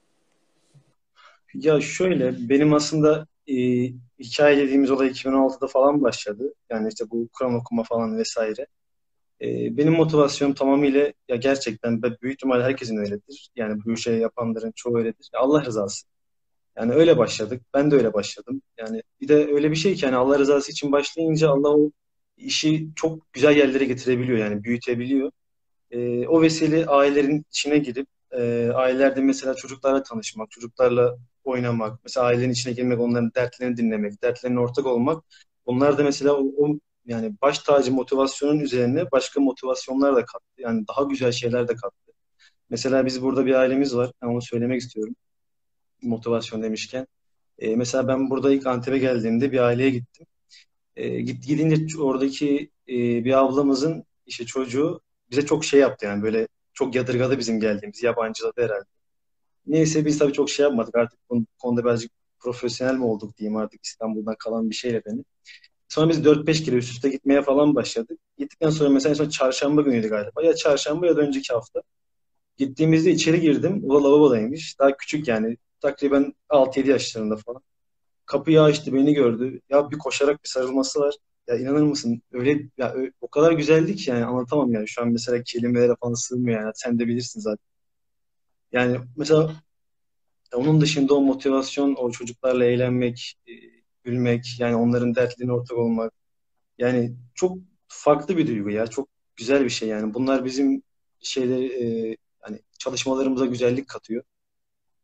Ya şöyle benim aslında hikaye dediğimiz olay 2016'da falan başladı. Yani işte bu Kur'an okuma falan vesaire. Benim motivasyonum tamamıyla ya gerçekten büyük ihtimal herkesin öyledir. Yani bu şey yapanların çoğu öyledir. Ya Allah rızası. Yani öyle başladık. Ben de öyle başladım. Yani bir de öyle bir şey ki yani Allah rızası için başlayınca Allah o işi çok güzel yerlere getirebiliyor yani büyütebiliyor. O vesile ailelerin içine girip ailelerde mesela çocuklarla tanışmak, çocuklarla oynamak, mesela ailenin içine girmek, onların dertlerini dinlemek, dertlerine ortak olmak. Onlar da mesela yani baş tacı motivasyonun üzerine başka motivasyonlar da kattı. Yani daha güzel şeyler de kattı. Mesela biz burada bir ailemiz var. Ben onu söylemek istiyorum motivasyon demişken. Mesela ben burada ilk Antep'e geldiğimde bir aileye gittim. Gidince oradaki bir ablamızın işte çocuğu bize çok şey yaptı yani böyle çok yadırgadı bizim geldiğimiz yabancıladı herhalde. Neyse biz tabii çok şey yapmadık artık bu konuda birazcık profesyonel mi olduk diyeyim artık İstanbul'dan kalan bir şeyle beni. Sonra biz 4-5 kere üst üste gitmeye falan başladık. Gittikten sonra mesela en son çarşamba günüydü galiba. Ya çarşamba ya da önceki hafta. Gittiğimizde içeri girdim. O da lavabodaymış. Daha küçük yani. Takriben 6-7 yaşlarında falan. Kapıyı açtı, beni gördü. Ya bir koşarak bir sarılması var. Ya inanır mısın? Öyle ya o kadar güzeldi ki yani anlatamam yani. Şu an mesela kelimelere falan sığmıyor yani. Sen de bilirsin zaten. Yani mesela onun dışında o motivasyon, o çocuklarla eğlenmek, gülmek, yani onların dertlerine ortak olmak. Yani çok farklı bir duygu ya. Çok güzel bir şey yani. Bunlar bizim şeyleri hani çalışmalarımıza güzellik katıyor.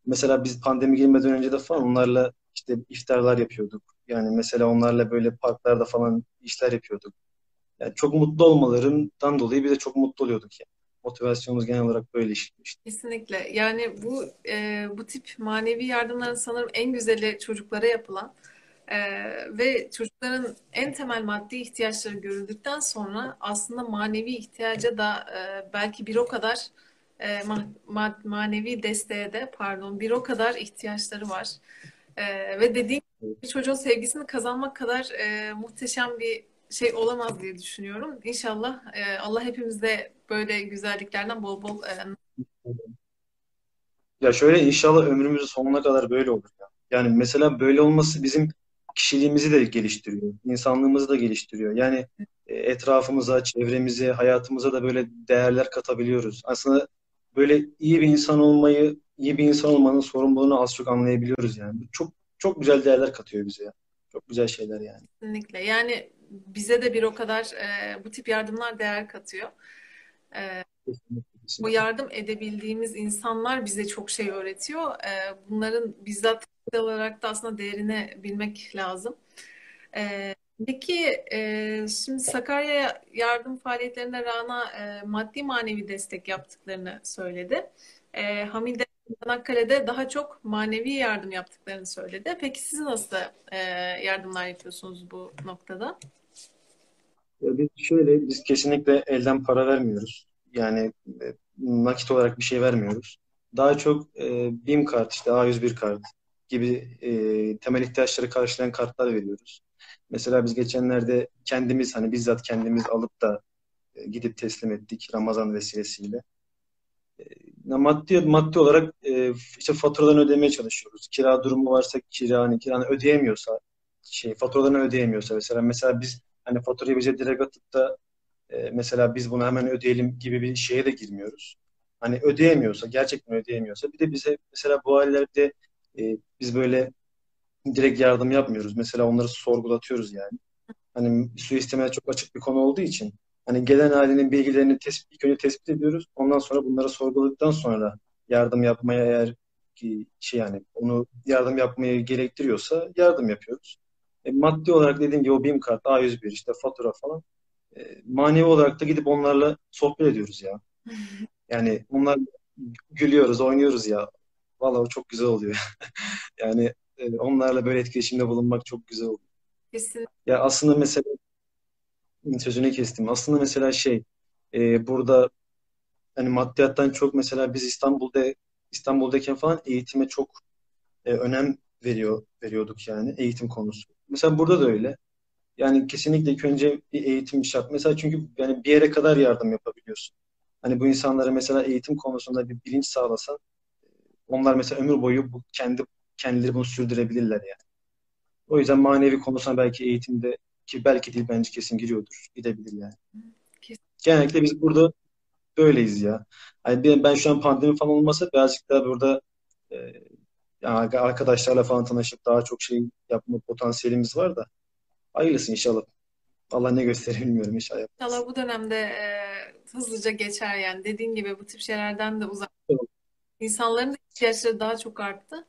Mesela biz pandemi girmeden önce de falan onlarla işte iftarlar yapıyorduk. Yani mesela onlarla böyle parklarda falan işler yapıyorduk. Yani çok mutlu olmalarından dolayı biz de çok mutlu oluyorduk yani. Motivasyonumuz genel olarak böyle işlemişti. Kesinlikle. Yani bu tip manevi yardımların sanırım en güzeli çocuklara yapılan ve çocukların en temel maddi ihtiyaçları görüldükten sonra aslında manevi ihtiyaca da belki bir o kadar manevi desteğe de pardon bir o kadar ihtiyaçları var. Ve dediğim gibi çocuğun sevgisini kazanmak kadar muhteşem bir şey olamaz diye düşünüyorum. İnşallah Allah hepimize böyle güzelliklerden bol bol Ya şöyle inşallah ömrümüzün sonuna kadar böyle olur ya. Yani mesela böyle olması bizim kişiliğimizi de geliştiriyor. İnsanlığımızı da geliştiriyor. Yani etrafımıza, çevremize, hayatımıza da böyle değerler katabiliyoruz. Aslında böyle iyi bir insan olmayı, iyi bir insan olmanın sorumluluğunu az çok anlayabiliyoruz yani. Bu çok çok güzel değerler katıyor bize ya. Çok güzel şeyler yani. kesinlikle. Yani bize de bir o kadar bu tip yardımlar değer katıyor. Kesinlikle, Bu kesinlikle. yardım edebildiğimiz insanlar bize çok şey öğretiyor. Bunların bizzat olarak da aslında değerini bilmek lazım. Peki şimdi Sakarya yardım faaliyetlerinde Rana maddi manevi destek yaptıklarını söyledi. Hamide Çanakkale'de daha çok manevi yardım yaptıklarını söyledi. Peki siz nasıl yardımlar yapıyorsunuz bu noktada? Ya biz kesinlikle elden para vermiyoruz. Yani nakit olarak bir şey vermiyoruz. Daha çok BİM kart işte A101 kart gibi temel ihtiyaçları karşılayan kartlar veriyoruz. Mesela biz geçenlerde kendimiz hani bizzat kendimiz alıp da gidip teslim ettik Ramazan vesilesiyle. Maddi olarak işte faturalarını ödemeye çalışıyoruz. Kira durumu varsa kiranı ödeyemiyorsa faturalarını ödeyemiyorsa mesela biz hani faturayı bize direkt atıp da mesela biz bunu hemen ödeyelim gibi bir şeye de girmiyoruz. Hani ödeyemiyorsa, gerçekten ödeyemiyorsa bir de bize mesela bu hallerde biz böyle direkt yardım yapmıyoruz. Mesela onları sorgulatıyoruz yani. Hani suistimale çok açık bir konu olduğu için hani gelen ailenin bilgilerini ilk önce tespit ediyoruz. Ondan sonra bunları sorguladıktan sonra yardım yapmaya eğer ki yani onu yardım yapmayı gerektiriyorsa yardım yapıyoruz. Maddi olarak dediğim gibi o BİM kart, A101 işte fatura falan. Manevi olarak da gidip onlarla sohbet ediyoruz ya. Yani onlar gülüyoruz, oynuyoruz ya. Vallahi o çok güzel oluyor. Yani onlarla böyle etkileşimde bulunmak çok güzel oluyor. Kesin. Ya aslında mesela sözünü kestim. Aslında mesela burada hani maddiyattan çok mesela biz İstanbul'dayken falan eğitime çok önem veriyorduk yani eğitim konusu. Mesela burada da öyle. Yani kesinlikle ilk önce bir eğitim şart. Mesela çünkü yani bir yere kadar yardım yapabiliyorsun. Hani bu insanlara mesela eğitim konusunda bir bilinç sağlasan onlar mesela ömür boyu kendileri bunu sürdürebilirler yani. O yüzden manevi konusuna belki eğitimde ki belki değil bence kesin giriyordur. Gidebilir yani. Kesin. Genellikle biz burada böyleyiz ya. Hani ben şu an pandemi falan olmasa birazcık daha burada e, yani arkadaşlarla falan tanışıp daha çok şey yapma potansiyelimiz var da. Hayırlısı inşallah. Allah ne gösterir bilmiyorum inşallah yaparız. İnşallah bu dönemde hızlıca geçer yani. Dediğin gibi bu tip şeylerden de uzak. İnsanların da ihtiyaçları daha çok arttı.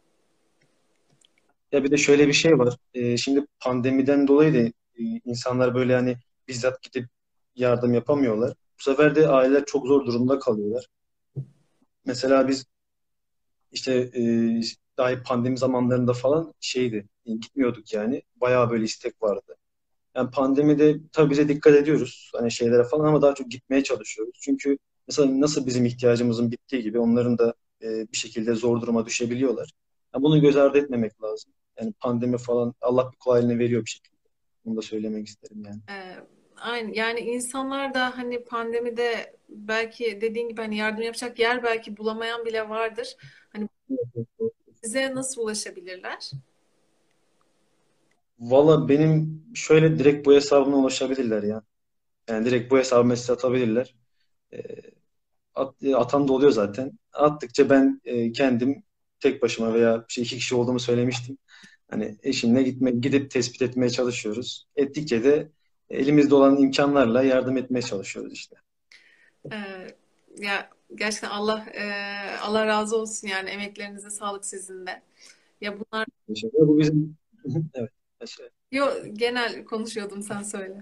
Ya bir de şöyle bir şey var. Şimdi pandemiden dolayı da insanlar böyle hani bizzat gidip yardım yapamıyorlar. Bu sefer de aileler çok zor durumda kalıyorlar. Mesela biz işte daha pandemi zamanlarında falan gitmiyorduk yani. Bayağı böyle istek vardı. Yani pandemide tabii bize dikkat ediyoruz hani şeylere falan ama daha çok gitmeye çalışıyoruz. Çünkü mesela nasıl bizim ihtiyacımızın bittiği gibi onların da bir şekilde zor duruma düşebiliyorlar. Yani bunu göz ardı etmemek lazım. Yani pandemi falan Allah bir kolaylığını veriyor bir şekilde. Bunu da söylemek isterim yani. E, Aynı yani insanlar da hani pandemide belki dediğin gibi hani yardım yapacak yer belki bulamayan bile vardır. Hani size nasıl ulaşabilirler? Valla benim şöyle direkt bu hesabıma ulaşabilirler ya. Yani direkt bu hesabıma mesaj atabilirler. E, atan da oluyor zaten. Attıkça ben kendim tek başıma veya iki kişi olduğumu söylemiştim. Hani eşimle gidip tespit etmeye çalışıyoruz. Ettikçe de elimizde olan imkanlarla yardım etmeye çalışıyoruz işte. E, Ya Gerçekten Allah razı olsun yani emeklerinize sağlık sizin de. Ya bunlar Teşekkür ederim. Bu bizim evet. Mesela, genel konuşuyordum sen söyle.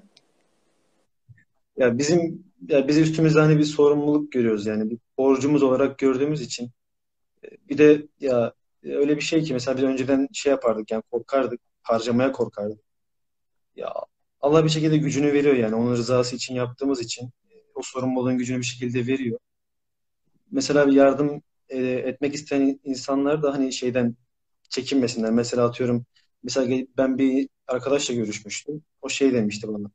ya biz üstümüzde hani bir sorumluluk görüyoruz yani bir borcumuz olarak gördüğümüz için bir de ya öyle bir şey ki mesela biz önceden şey yapardık yani korkardık, harcamaya korkardık. Ya Allah bir şekilde gücünü veriyor yani onun rızası için yaptığımız için o sorumluluğun gücünü bir şekilde veriyor. Mesela bir yardım etmek isteyen insanlar da hani şeyden çekinmesinler. Mesela atıyorum mesela ben bir arkadaşla görüşmüştüm. O şey demişti bana.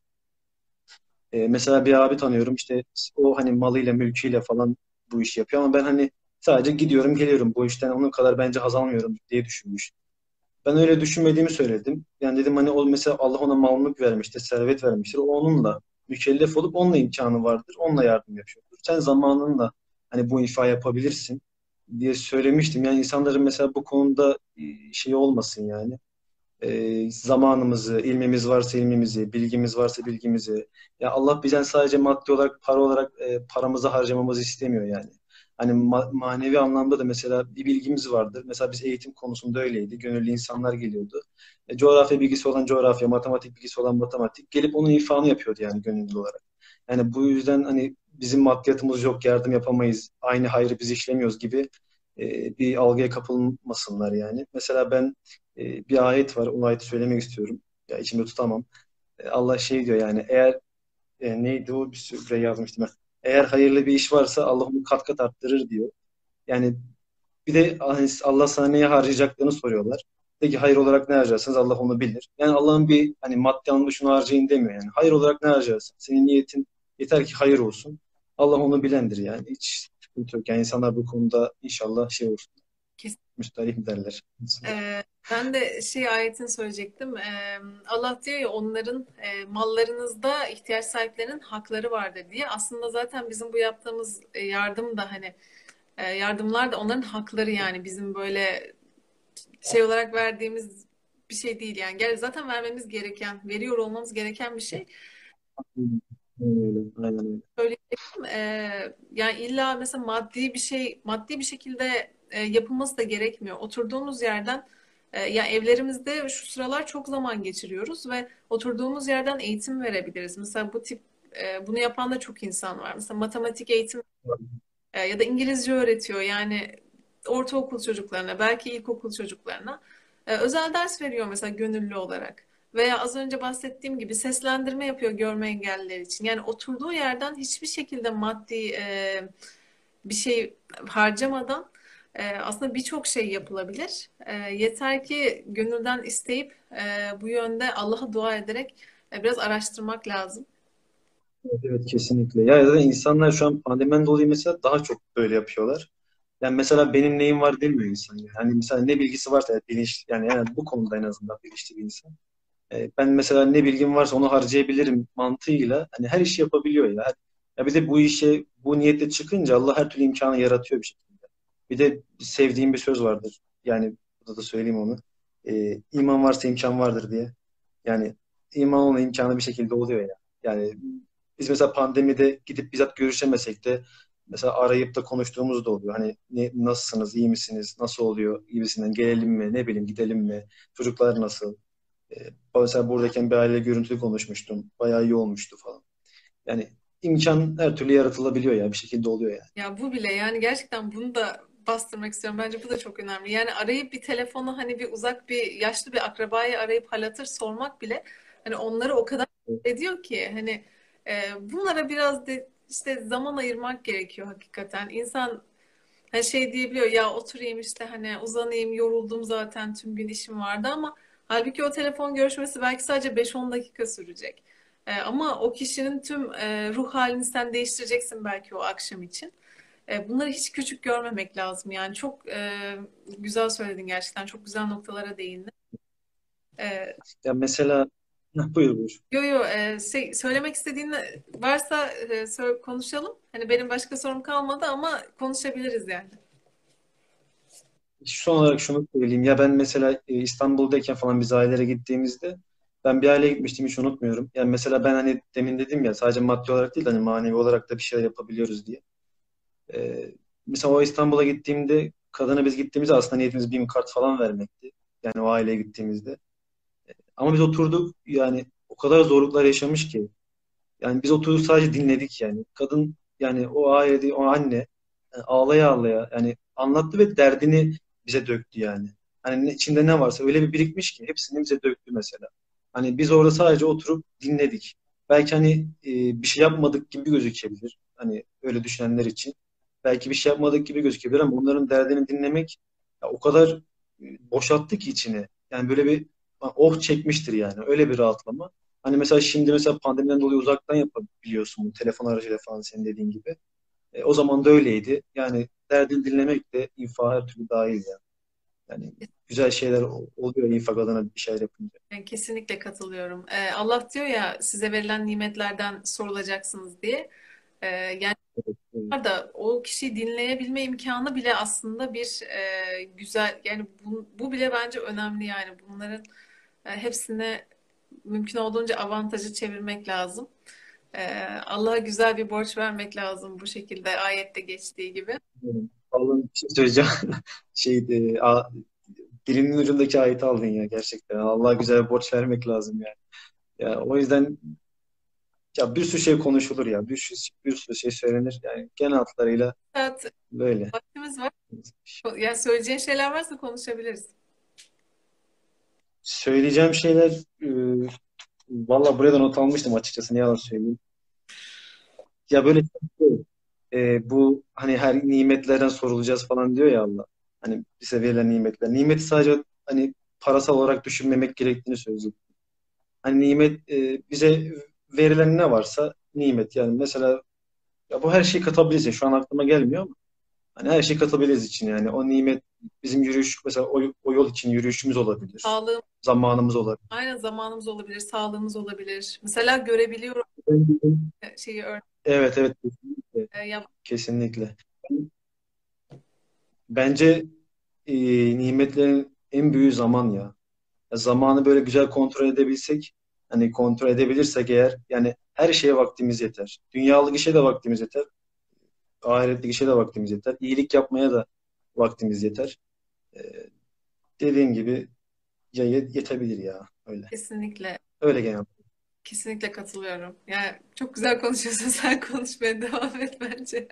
Mesela bir abi tanıyorum işte o hani malıyla mülküyle falan bu işi yapıyor ama ben hani sadece gidiyorum geliyorum bu işten onun kadar bence haz almıyorum diye düşünmüş. Ben öyle düşünmediğimi söyledim. Yani dedim hani o mesela Allah ona mal mülk vermiştir, servet vermiştir. O onunla mükellef olup onunla imkanı vardır. Onunla yardım yapıyordur. Sen zamanınla hani bu ifa yapabilirsin diye söylemiştim. Yani insanların mesela bu konuda şey olmasın yani zamanımızı, ilmimiz varsa ilmimizi, bilgimiz varsa bilgimizi. Ya Allah bizden sadece maddi olarak, para olarak paramızı harcamamızı istemiyor yani. Hani manevi anlamda da mesela bir bilgimiz vardır. Mesela biz eğitim konusunda öyleydi. Gönüllü insanlar geliyordu. Coğrafya bilgisi olan coğrafya, matematik bilgisi olan matematik gelip onun ifanı yapıyordu yani gönüllü olarak. Yani bu yüzden hani bizim maddiyatımız yok, yardım yapamayız, aynı hayrı biz işlemiyoruz gibi bir algıya kapılmasınlar yani. Mesela ben bir ayet var. O ayeti söylemek istiyorum. Ya içimde tutamam. Allah şey diyor yani eğer neydi o bir süre yazmıştım ben. Eğer hayırlı bir iş varsa Allah onu kat kat arttırır diyor. Yani bir de hani Allah sana neye harcayacaklarını soruyorlar. Peki hayır olarak ne harcarsınız Allah onu bilir. Yani Allah'ın bir hani maddi anlamda şunu harcayın demiyor yani. Hayır olarak ne harcarsın? Senin niyetin yeter ki hayır olsun. Allah onu bilendir yani. Hiç sıkıntı yok. Yani insanlar bu konuda inşallah şey olsun. Müstahip derler. Ben de ayetini söyleyecektim. Allah diyor ya onların mallarınızda ihtiyaç sahiplerinin hakları vardır diye. Aslında zaten bizim bu yaptığımız yardım da hani yardımlar da onların hakları yani bizim böyle olarak verdiğimiz bir şey değil yani. Zaten vermemiz gereken, veriyor olmamız gereken bir şey. Aynen öyle. Aynen öyle. Söyleyecektim. Yani illa mesela maddi bir şekilde yapılması da gerekmiyor. Oturduğumuz yerden ya evlerimizde şu sıralar çok zaman geçiriyoruz ve oturduğumuz yerden eğitim verebiliriz. Mesela bunu yapan da çok insan var. Mesela matematik eğitim ya da İngilizce öğretiyor. Yani ortaokul çocuklarına, belki ilkokul çocuklarına özel ders veriyor mesela gönüllü olarak. Veya az önce bahsettiğim gibi seslendirme yapıyor görme engelliler için. Yani oturduğu yerden hiçbir şekilde maddi bir şey harcamadan aslında birçok şey yapılabilir. Yeter ki gönülden isteyip bu yönde Allah'a dua ederek biraz araştırmak lazım. Evet, evet, kesinlikle. Ya zaten insanlar şu an pandemiden dolayı mesela daha çok böyle yapıyorlar. Yani mesela benim neyim var demiyor insan. Yani. Hani mesela ne bilgisi varsa evet, bilinç yani bu konuda en azından bilinçli bir insan. Ben mesela ne bilgim varsa onu harcayabilirim mantığıyla hani her işi yapabiliyor ya. Ya bir de bu işe bu niyetle çıkınca Allah her türlü imkanı yaratıyor bir şekilde. Bir de sevdiğim bir söz vardır. Yani burada da söyleyeyim onu. İman varsa imkan vardır diye. Yani iman olma imkanı bir şekilde oluyor ya. Yani biz mesela pandemide gidip bizzat görüşemesek de mesela arayıp da konuştuğumuz da oluyor. Hani nasılsınız, iyi misiniz, nasıl oluyor gibisinden gelelim mi, ne bileyim gidelim mi, çocuklar nasıl? Mesela buradayken bir aile görüntülü konuşmuştum. Bayağı iyi olmuştu falan. Yani imkan her türlü yaratılabiliyor ya bir şekilde oluyor yani. Ya bu bile yani gerçekten bunu da bastırmak istiyorum. Bence bu da çok önemli. Yani arayıp bir telefonu hani bir uzak bir yaşlı bir akrabayı arayıp hal hatır sormak bile hani onları o kadar ediyor ki hani bunlara biraz de işte zaman ayırmak gerekiyor hakikaten. İnsan her diyebiliyor ya oturayım işte hani uzanayım yoruldum zaten tüm gün işim vardı ama halbuki o telefon görüşmesi belki sadece 5-10 dakika sürecek. Ama o kişinin tüm ruh halini sen değiştireceksin belki o akşam için. Bunları hiç küçük görmemek lazım. Yani çok güzel söyledin gerçekten. Çok güzel noktalara değindin. E, Ya mesela buyur buyur. yo, söylemek istediğin varsa konuşalım. Hani benim başka sorum kalmadı ama konuşabiliriz yani. Son olarak şunu söyleyeyim. Ya ben mesela İstanbul'dayken falan biz ailelere gittiğimizde ben bir aileye gitmiştim hiç unutmuyorum. Yani mesela ben hani demin dedim ya sadece maddi olarak değil de hani manevi olarak da bir şeyler yapabiliyoruz diye. Mesela o İstanbul'a gittiğimde kadına biz gittiğimizde aslında niyetimiz BİM kart falan vermekti. Yani o aileye gittiğimizde. Ama biz oturduk yani o kadar zorluklar yaşamış ki. Yani biz oturduk sadece dinledik yani. Kadın yani o ailede o anne ağlaya ağlaya yani anlattı ve derdini bize döktü yani. Hani içinde ne varsa öyle bir birikmiş ki hepsini bize döktü mesela. Hani biz orada sadece oturup dinledik. Belki hani bir şey yapmadık gibi gözükebilir. Hani öyle düşünenler için. Belki bir şey yapmadık gibi gözükebilir ama onların derdini dinlemek ya, o kadar boşalttı ki içine. Yani böyle bir oh çekmiştir yani. Öyle bir rahatlama. Hani mesela şimdi mesela pandemiden dolayı uzaktan yapabiliyorsun bu telefon aracıyla falan senin dediğin gibi. O zaman da öyleydi. Yani derdini dinlemek de infağa her türlü dahil ya. Yani güzel şeyler oluyor infak adına bir şeyler yapınca. Ben kesinlikle katılıyorum. Allah diyor ya size verilen nimetlerden sorulacaksınız diye. Yani Evet, evet. da o kişiyi dinleyebilme imkanı bile aslında bir güzel yani bu bile bence önemli yani bunların hepsine mümkün olduğunca avantajı çevirmek lazım. Allah'a güzel bir borç vermek lazım bu şekilde ayette geçtiği gibi. Evet. Allah'ın bir şey söyleyeceğim. Dilinin ucundaki ayeti aldın ya gerçekten. Allah'a güzel bir borç vermek lazım yani. Ya o yüzden ya bir sürü şey konuşulur ya. Bir sürü şey söylenir. Yani genel hatlarıyla Saat böyle. vaktimiz var. Ya söyleyeceğin şeyler varsa konuşabiliriz. Söyleyeceğim şeyler valla buraya da not almıştım açıkçası ne yalan söyleyeyim. Ya böyle bu hani her nimetlerden sorulacağız falan diyor ya Allah. Hani bize verilen nimetler. Nimeti sadece hani parasal olarak düşünmemek gerektiğini söylüyor. Hani nimet bize verilen ne varsa nimet. Yani mesela ya bu her şeyi katabiliriz. Ya. Şu an aklıma gelmiyor ama hani her şeyi katabiliriz için yani. O nimet bizim yürüyüş mesela o yol için yürüyüşümüz olabilir. Sağlığım, Zamanımız olabilir. aynen zamanımız olabilir, sağlığımız olabilir. Mesela görebiliyorum şeyi Evet, evet, kesinlikle. ya Kesinlikle. Bence nimetlerin en büyüğü zaman ya. Zamanı böyle güzel kontrol edebilsek, hani kontrol edebilirsek eğer, yani her şeye vaktimiz yeter. Dünyalık işe de vaktimiz yeter, ahiretlik işe de vaktimiz yeter, iyilik yapmaya da vaktimiz yeter. E, Dediğim gibi ya yetebilir ya öyle. kesinlikle Öyle genel. kesinlikle katılıyorum. Yani çok güzel konuşuyorsun sen konuşmaya devam et bence.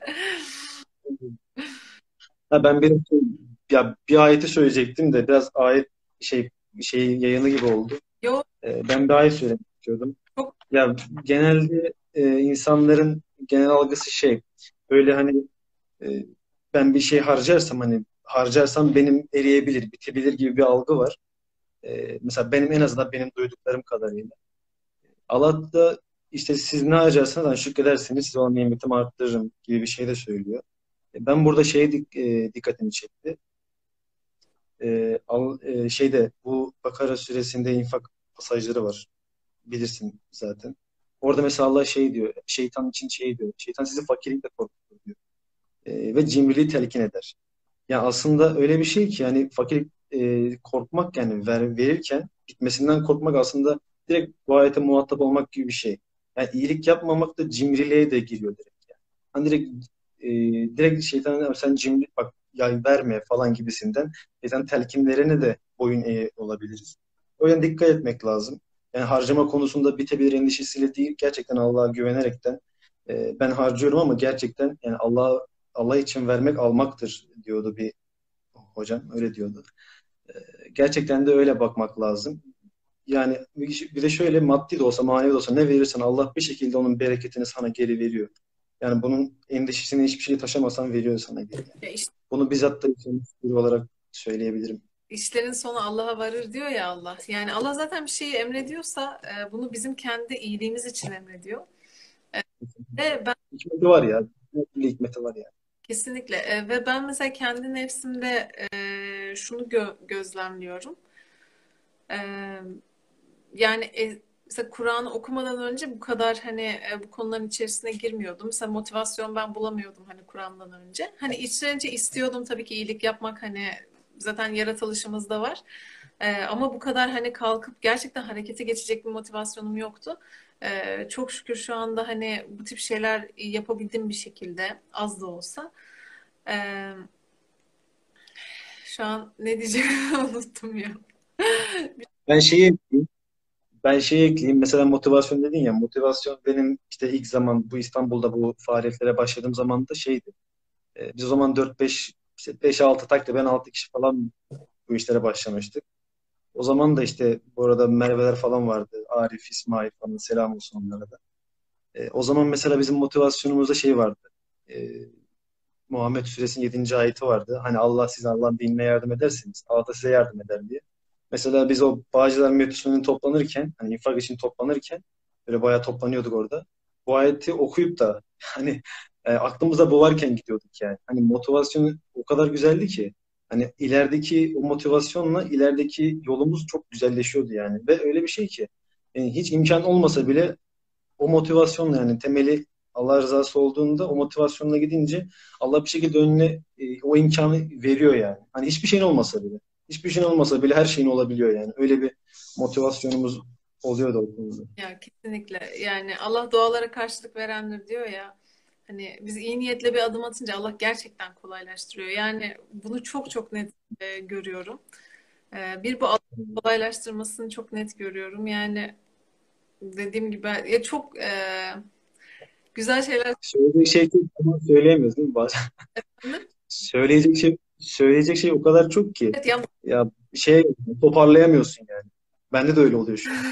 Ha, ben bir ayeti söyleyecektim de biraz ayet şey yayını gibi oldu. Yok Ben bir ayet söylemek istiyordum. çok Ya genelde insanların genel algısı böyle hani e, ben bir şey harcarsam hani harcarsam benim eriyebilir, bitebilir gibi bir algı var. Mesela benim en azından benim duyduklarım kadarıyla. Allah da işte siz ne harcarsanız hani şükrederseniz size olan nimetimi arttırırım gibi bir şey de söylüyor. Ben burada dikkatimi çekti. Şeyde bu Bakara suresinde infak pasajları var. Bilirsin zaten. Orada mesela Allah şey diyor, şeytan için şey diyor, şeytan sizi fakirlikle korkutur diyor. Ve cimriliği telkin eder. Ya aslında öyle bir şey ki yani fakirlik korkmak yani verirken gitmesinden korkmak aslında direkt bu ayete muhatap olmak gibi bir şey. Yani iyilik yapmamak da cimriliğe de giriyor direkt yani. Hani direkt şeytan sen cimri bak ya verme falan gibisinden şeytan telkinlerine de boyun olabiliriz. O yüzden dikkat etmek lazım. Yani harcama konusunda bitebilir endişesiyle değil gerçekten Allah'a güvenerekten ben harcıyorum ama gerçekten yani Allah için vermek almaktır diyordu bir hocam öyle diyordu. Gerçekten de öyle bakmak lazım. Yani bir de şöyle maddi de olsa manevi de olsa ne verirsen Allah bir şekilde onun bereketini sana geri veriyor. Yani bunun endişesini hiçbir şey taşımasan veriyor sana geri. ya Bunu bizzat da yaşamış biri olarak söyleyebilirim. işlerin sonu Allah'a varır diyor ya Allah. Yani Allah zaten bir şeyi emrediyorsa bunu bizim kendi iyiliğimiz için emrediyor. Ve ben Hikmeti var ya. Bir hikmeti var ya. kesinlikle ve ben mesela kendi nefsimde şunu gözlemliyorum. E, Yani mesela Kur'an'ı okumadan önce bu kadar hani bu konuların içerisine girmiyordum. Mesela motivasyon ben bulamıyordum hani Kur'an'dan önce. Hani içten istiyordum tabii ki iyilik yapmak hani zaten yaratılışımızda var. Ama bu kadar hani kalkıp gerçekten harekete geçecek bir motivasyonum yoktu. Çok şükür şu anda hani bu tip şeyler yapabildim bir şekilde az da olsa. Ee, Şu an ne diyeceğimi unuttum ya. Ben şeyi ekleyeyim. Ben şeyi ekleyeyim. Mesela motivasyon dedin ya. Motivasyon benim işte ilk zaman bu İstanbul'da bu faaliyetlere başladığım zaman da şeydi. Biz o zaman 4-5 işte 5-6 takriben ben 6 kişi falan bu işlere başlamıştık. O zaman da işte bu arada Merve'ler falan vardı. Arif, İsmail falan selam olsun onlara da. O zaman mesela bizim motivasyonumuzda şey vardı. E, Muhammed Suresinin 7. ayeti vardı. Hani Allah size Allah'ın dinine yardım ederseniz Allah da size yardım eder diye. Mesela biz o Bağcılar Mevzusu'nun toplanırken, hani infak için toplanırken böyle bayağı toplanıyorduk orada. Bu ayeti okuyup da hani aklımıza bu varken gidiyorduk yani. Hani motivasyonu o kadar güzeldi ki hani ilerideki o motivasyonla ilerideki yolumuz çok güzelleşiyordu yani. Ve öyle bir şey ki hiç imkan olmasa bile o motivasyonla yani temeli Allah rızası olduğunda o motivasyonla gidince Allah bir şekilde önüne o imkanı veriyor yani. Hani hiçbir şeyin olmasa bile. Hiçbir şeyin olmasa bile her şeyin olabiliyor yani. Öyle bir motivasyonumuz oluyor da o konuda. Ya kesinlikle. Yani Allah dualara karşılık verendir diyor ya. Hani biz iyi niyetle bir adım atınca Allah gerçekten kolaylaştırıyor. Yani bunu çok çok net görüyorum. Bir bu Allah kolaylaştırmasını çok net görüyorum. Yani dediğim gibi ya çok güzel şeyler Söyleyecek şey çok ama söyleyemiyoruz değil mi bazen? söyledim. Söyleyecek şey o kadar çok ki Evet, ya ya şey toparlayamıyorsun yani. Bende de öyle oluyor şu an.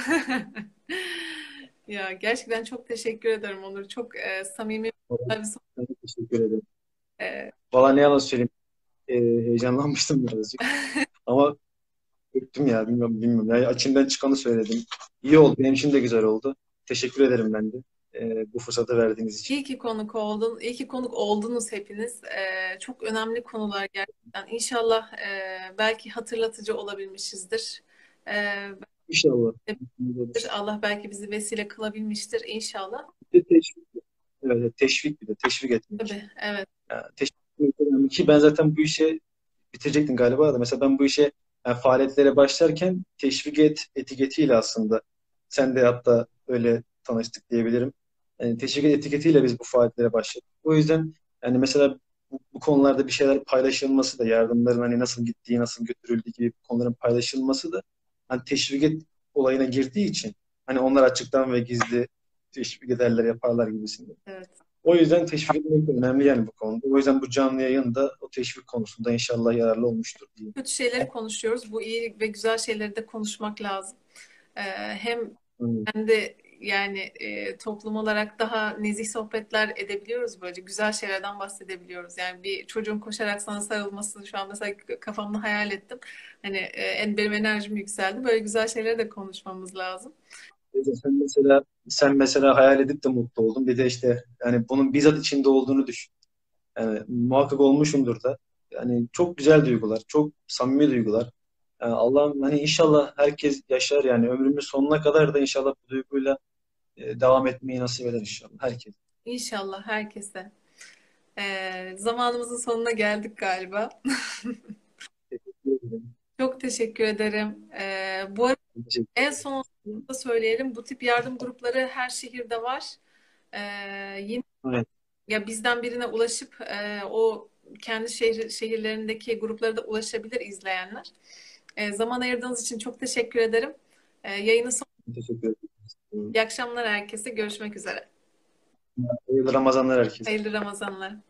ya gerçekten çok teşekkür ederim Onur. Çok samimi güzel bir sohbet. Ben de teşekkür ederim. E, Valla ne yalan söyleyeyim. Heyecanlanmıştım birazcık. Ama öptüm ya bilmiyorum. Yani içimden çıkanı söyledim. İyi oldu. Benim için de güzel oldu. Teşekkür ederim ben de bu fırsatı verdiğiniz için. İyi ki konuk oldun. İyi ki konuk oldunuz hepiniz. Çok önemli konular gerçekten. İnşallah belki hatırlatıcı olabilmişizdir. Ee, İnşallah. Allah belki bizi vesile kılabilmiştir. İnşallah. Bir de teşvik, evet, teşvik bir de teşvik etmek. Tabii, evet. Yani teşvik etmek önemli ki ben zaten bu işe bitirecektim galiba da. Mesela ben bu işe faaliyetlere başlarken teşvik et etiketiyle aslında sen de hatta öyle tanıştık diyebilirim. Yani teşvik et etiketiyle biz bu faaliyetlere başladık. O yüzden yani mesela bu konularda bir şeyler paylaşılması da yardımların hani nasıl gittiği, nasıl götürüldüğü gibi konuların paylaşılması da hani teşvik et olayına girdiği için hani onlar açıktan ve gizli teşvik ederler yaparlar gibisinden. Evet. O yüzden teşvik etmek de önemli yani bu konuda. O yüzden bu canlı yayın da o teşvik konusunda inşallah yararlı olmuştur diyeyim. Kötü şeyleri konuşuyoruz. Bu iyi ve güzel şeyleri de konuşmak lazım. Hem Hmm. kendi yani toplum olarak daha nezih sohbetler edebiliyoruz böylece. Güzel şeylerden bahsedebiliyoruz. Yani bir çocuğun koşarak sana sarılmasını şu an mesela kafamda hayal ettim. Hani benim enerjim yükseldi. Böyle güzel şeyleri de konuşmamız lazım. Teyze, sen mesela hayal edip de mutlu oldun. Bir de işte yani bunun bizzat içinde olduğunu düşün. Yani muhakkak olmuşumdur da. Yani çok güzel duygular, çok samimi duygular. Yani Allah'ım hani inşallah herkes yaşar yani ömrümün sonuna kadar da inşallah bu duyguyla devam etmeyi nasip eder inşallah herkes. İnşallah herkese. Zamanımızın sonuna geldik galiba. Teşekkür ederim. Çok teşekkür ederim. Bu arada Teşekkür en son olarak da söyleyelim. Bu tip yardım grupları her şehirde var. Yine ederim. ya bizden birine ulaşıp o kendi şehirlerindeki gruplara da ulaşabilir izleyenler. Zaman ayırdığınız için çok teşekkür ederim. Yayını son. Teşekkür ederim. İyi akşamlar herkese. Görüşmek üzere. Hayırlı Ramazanlar herkese. Hayırlı Ramazanlar.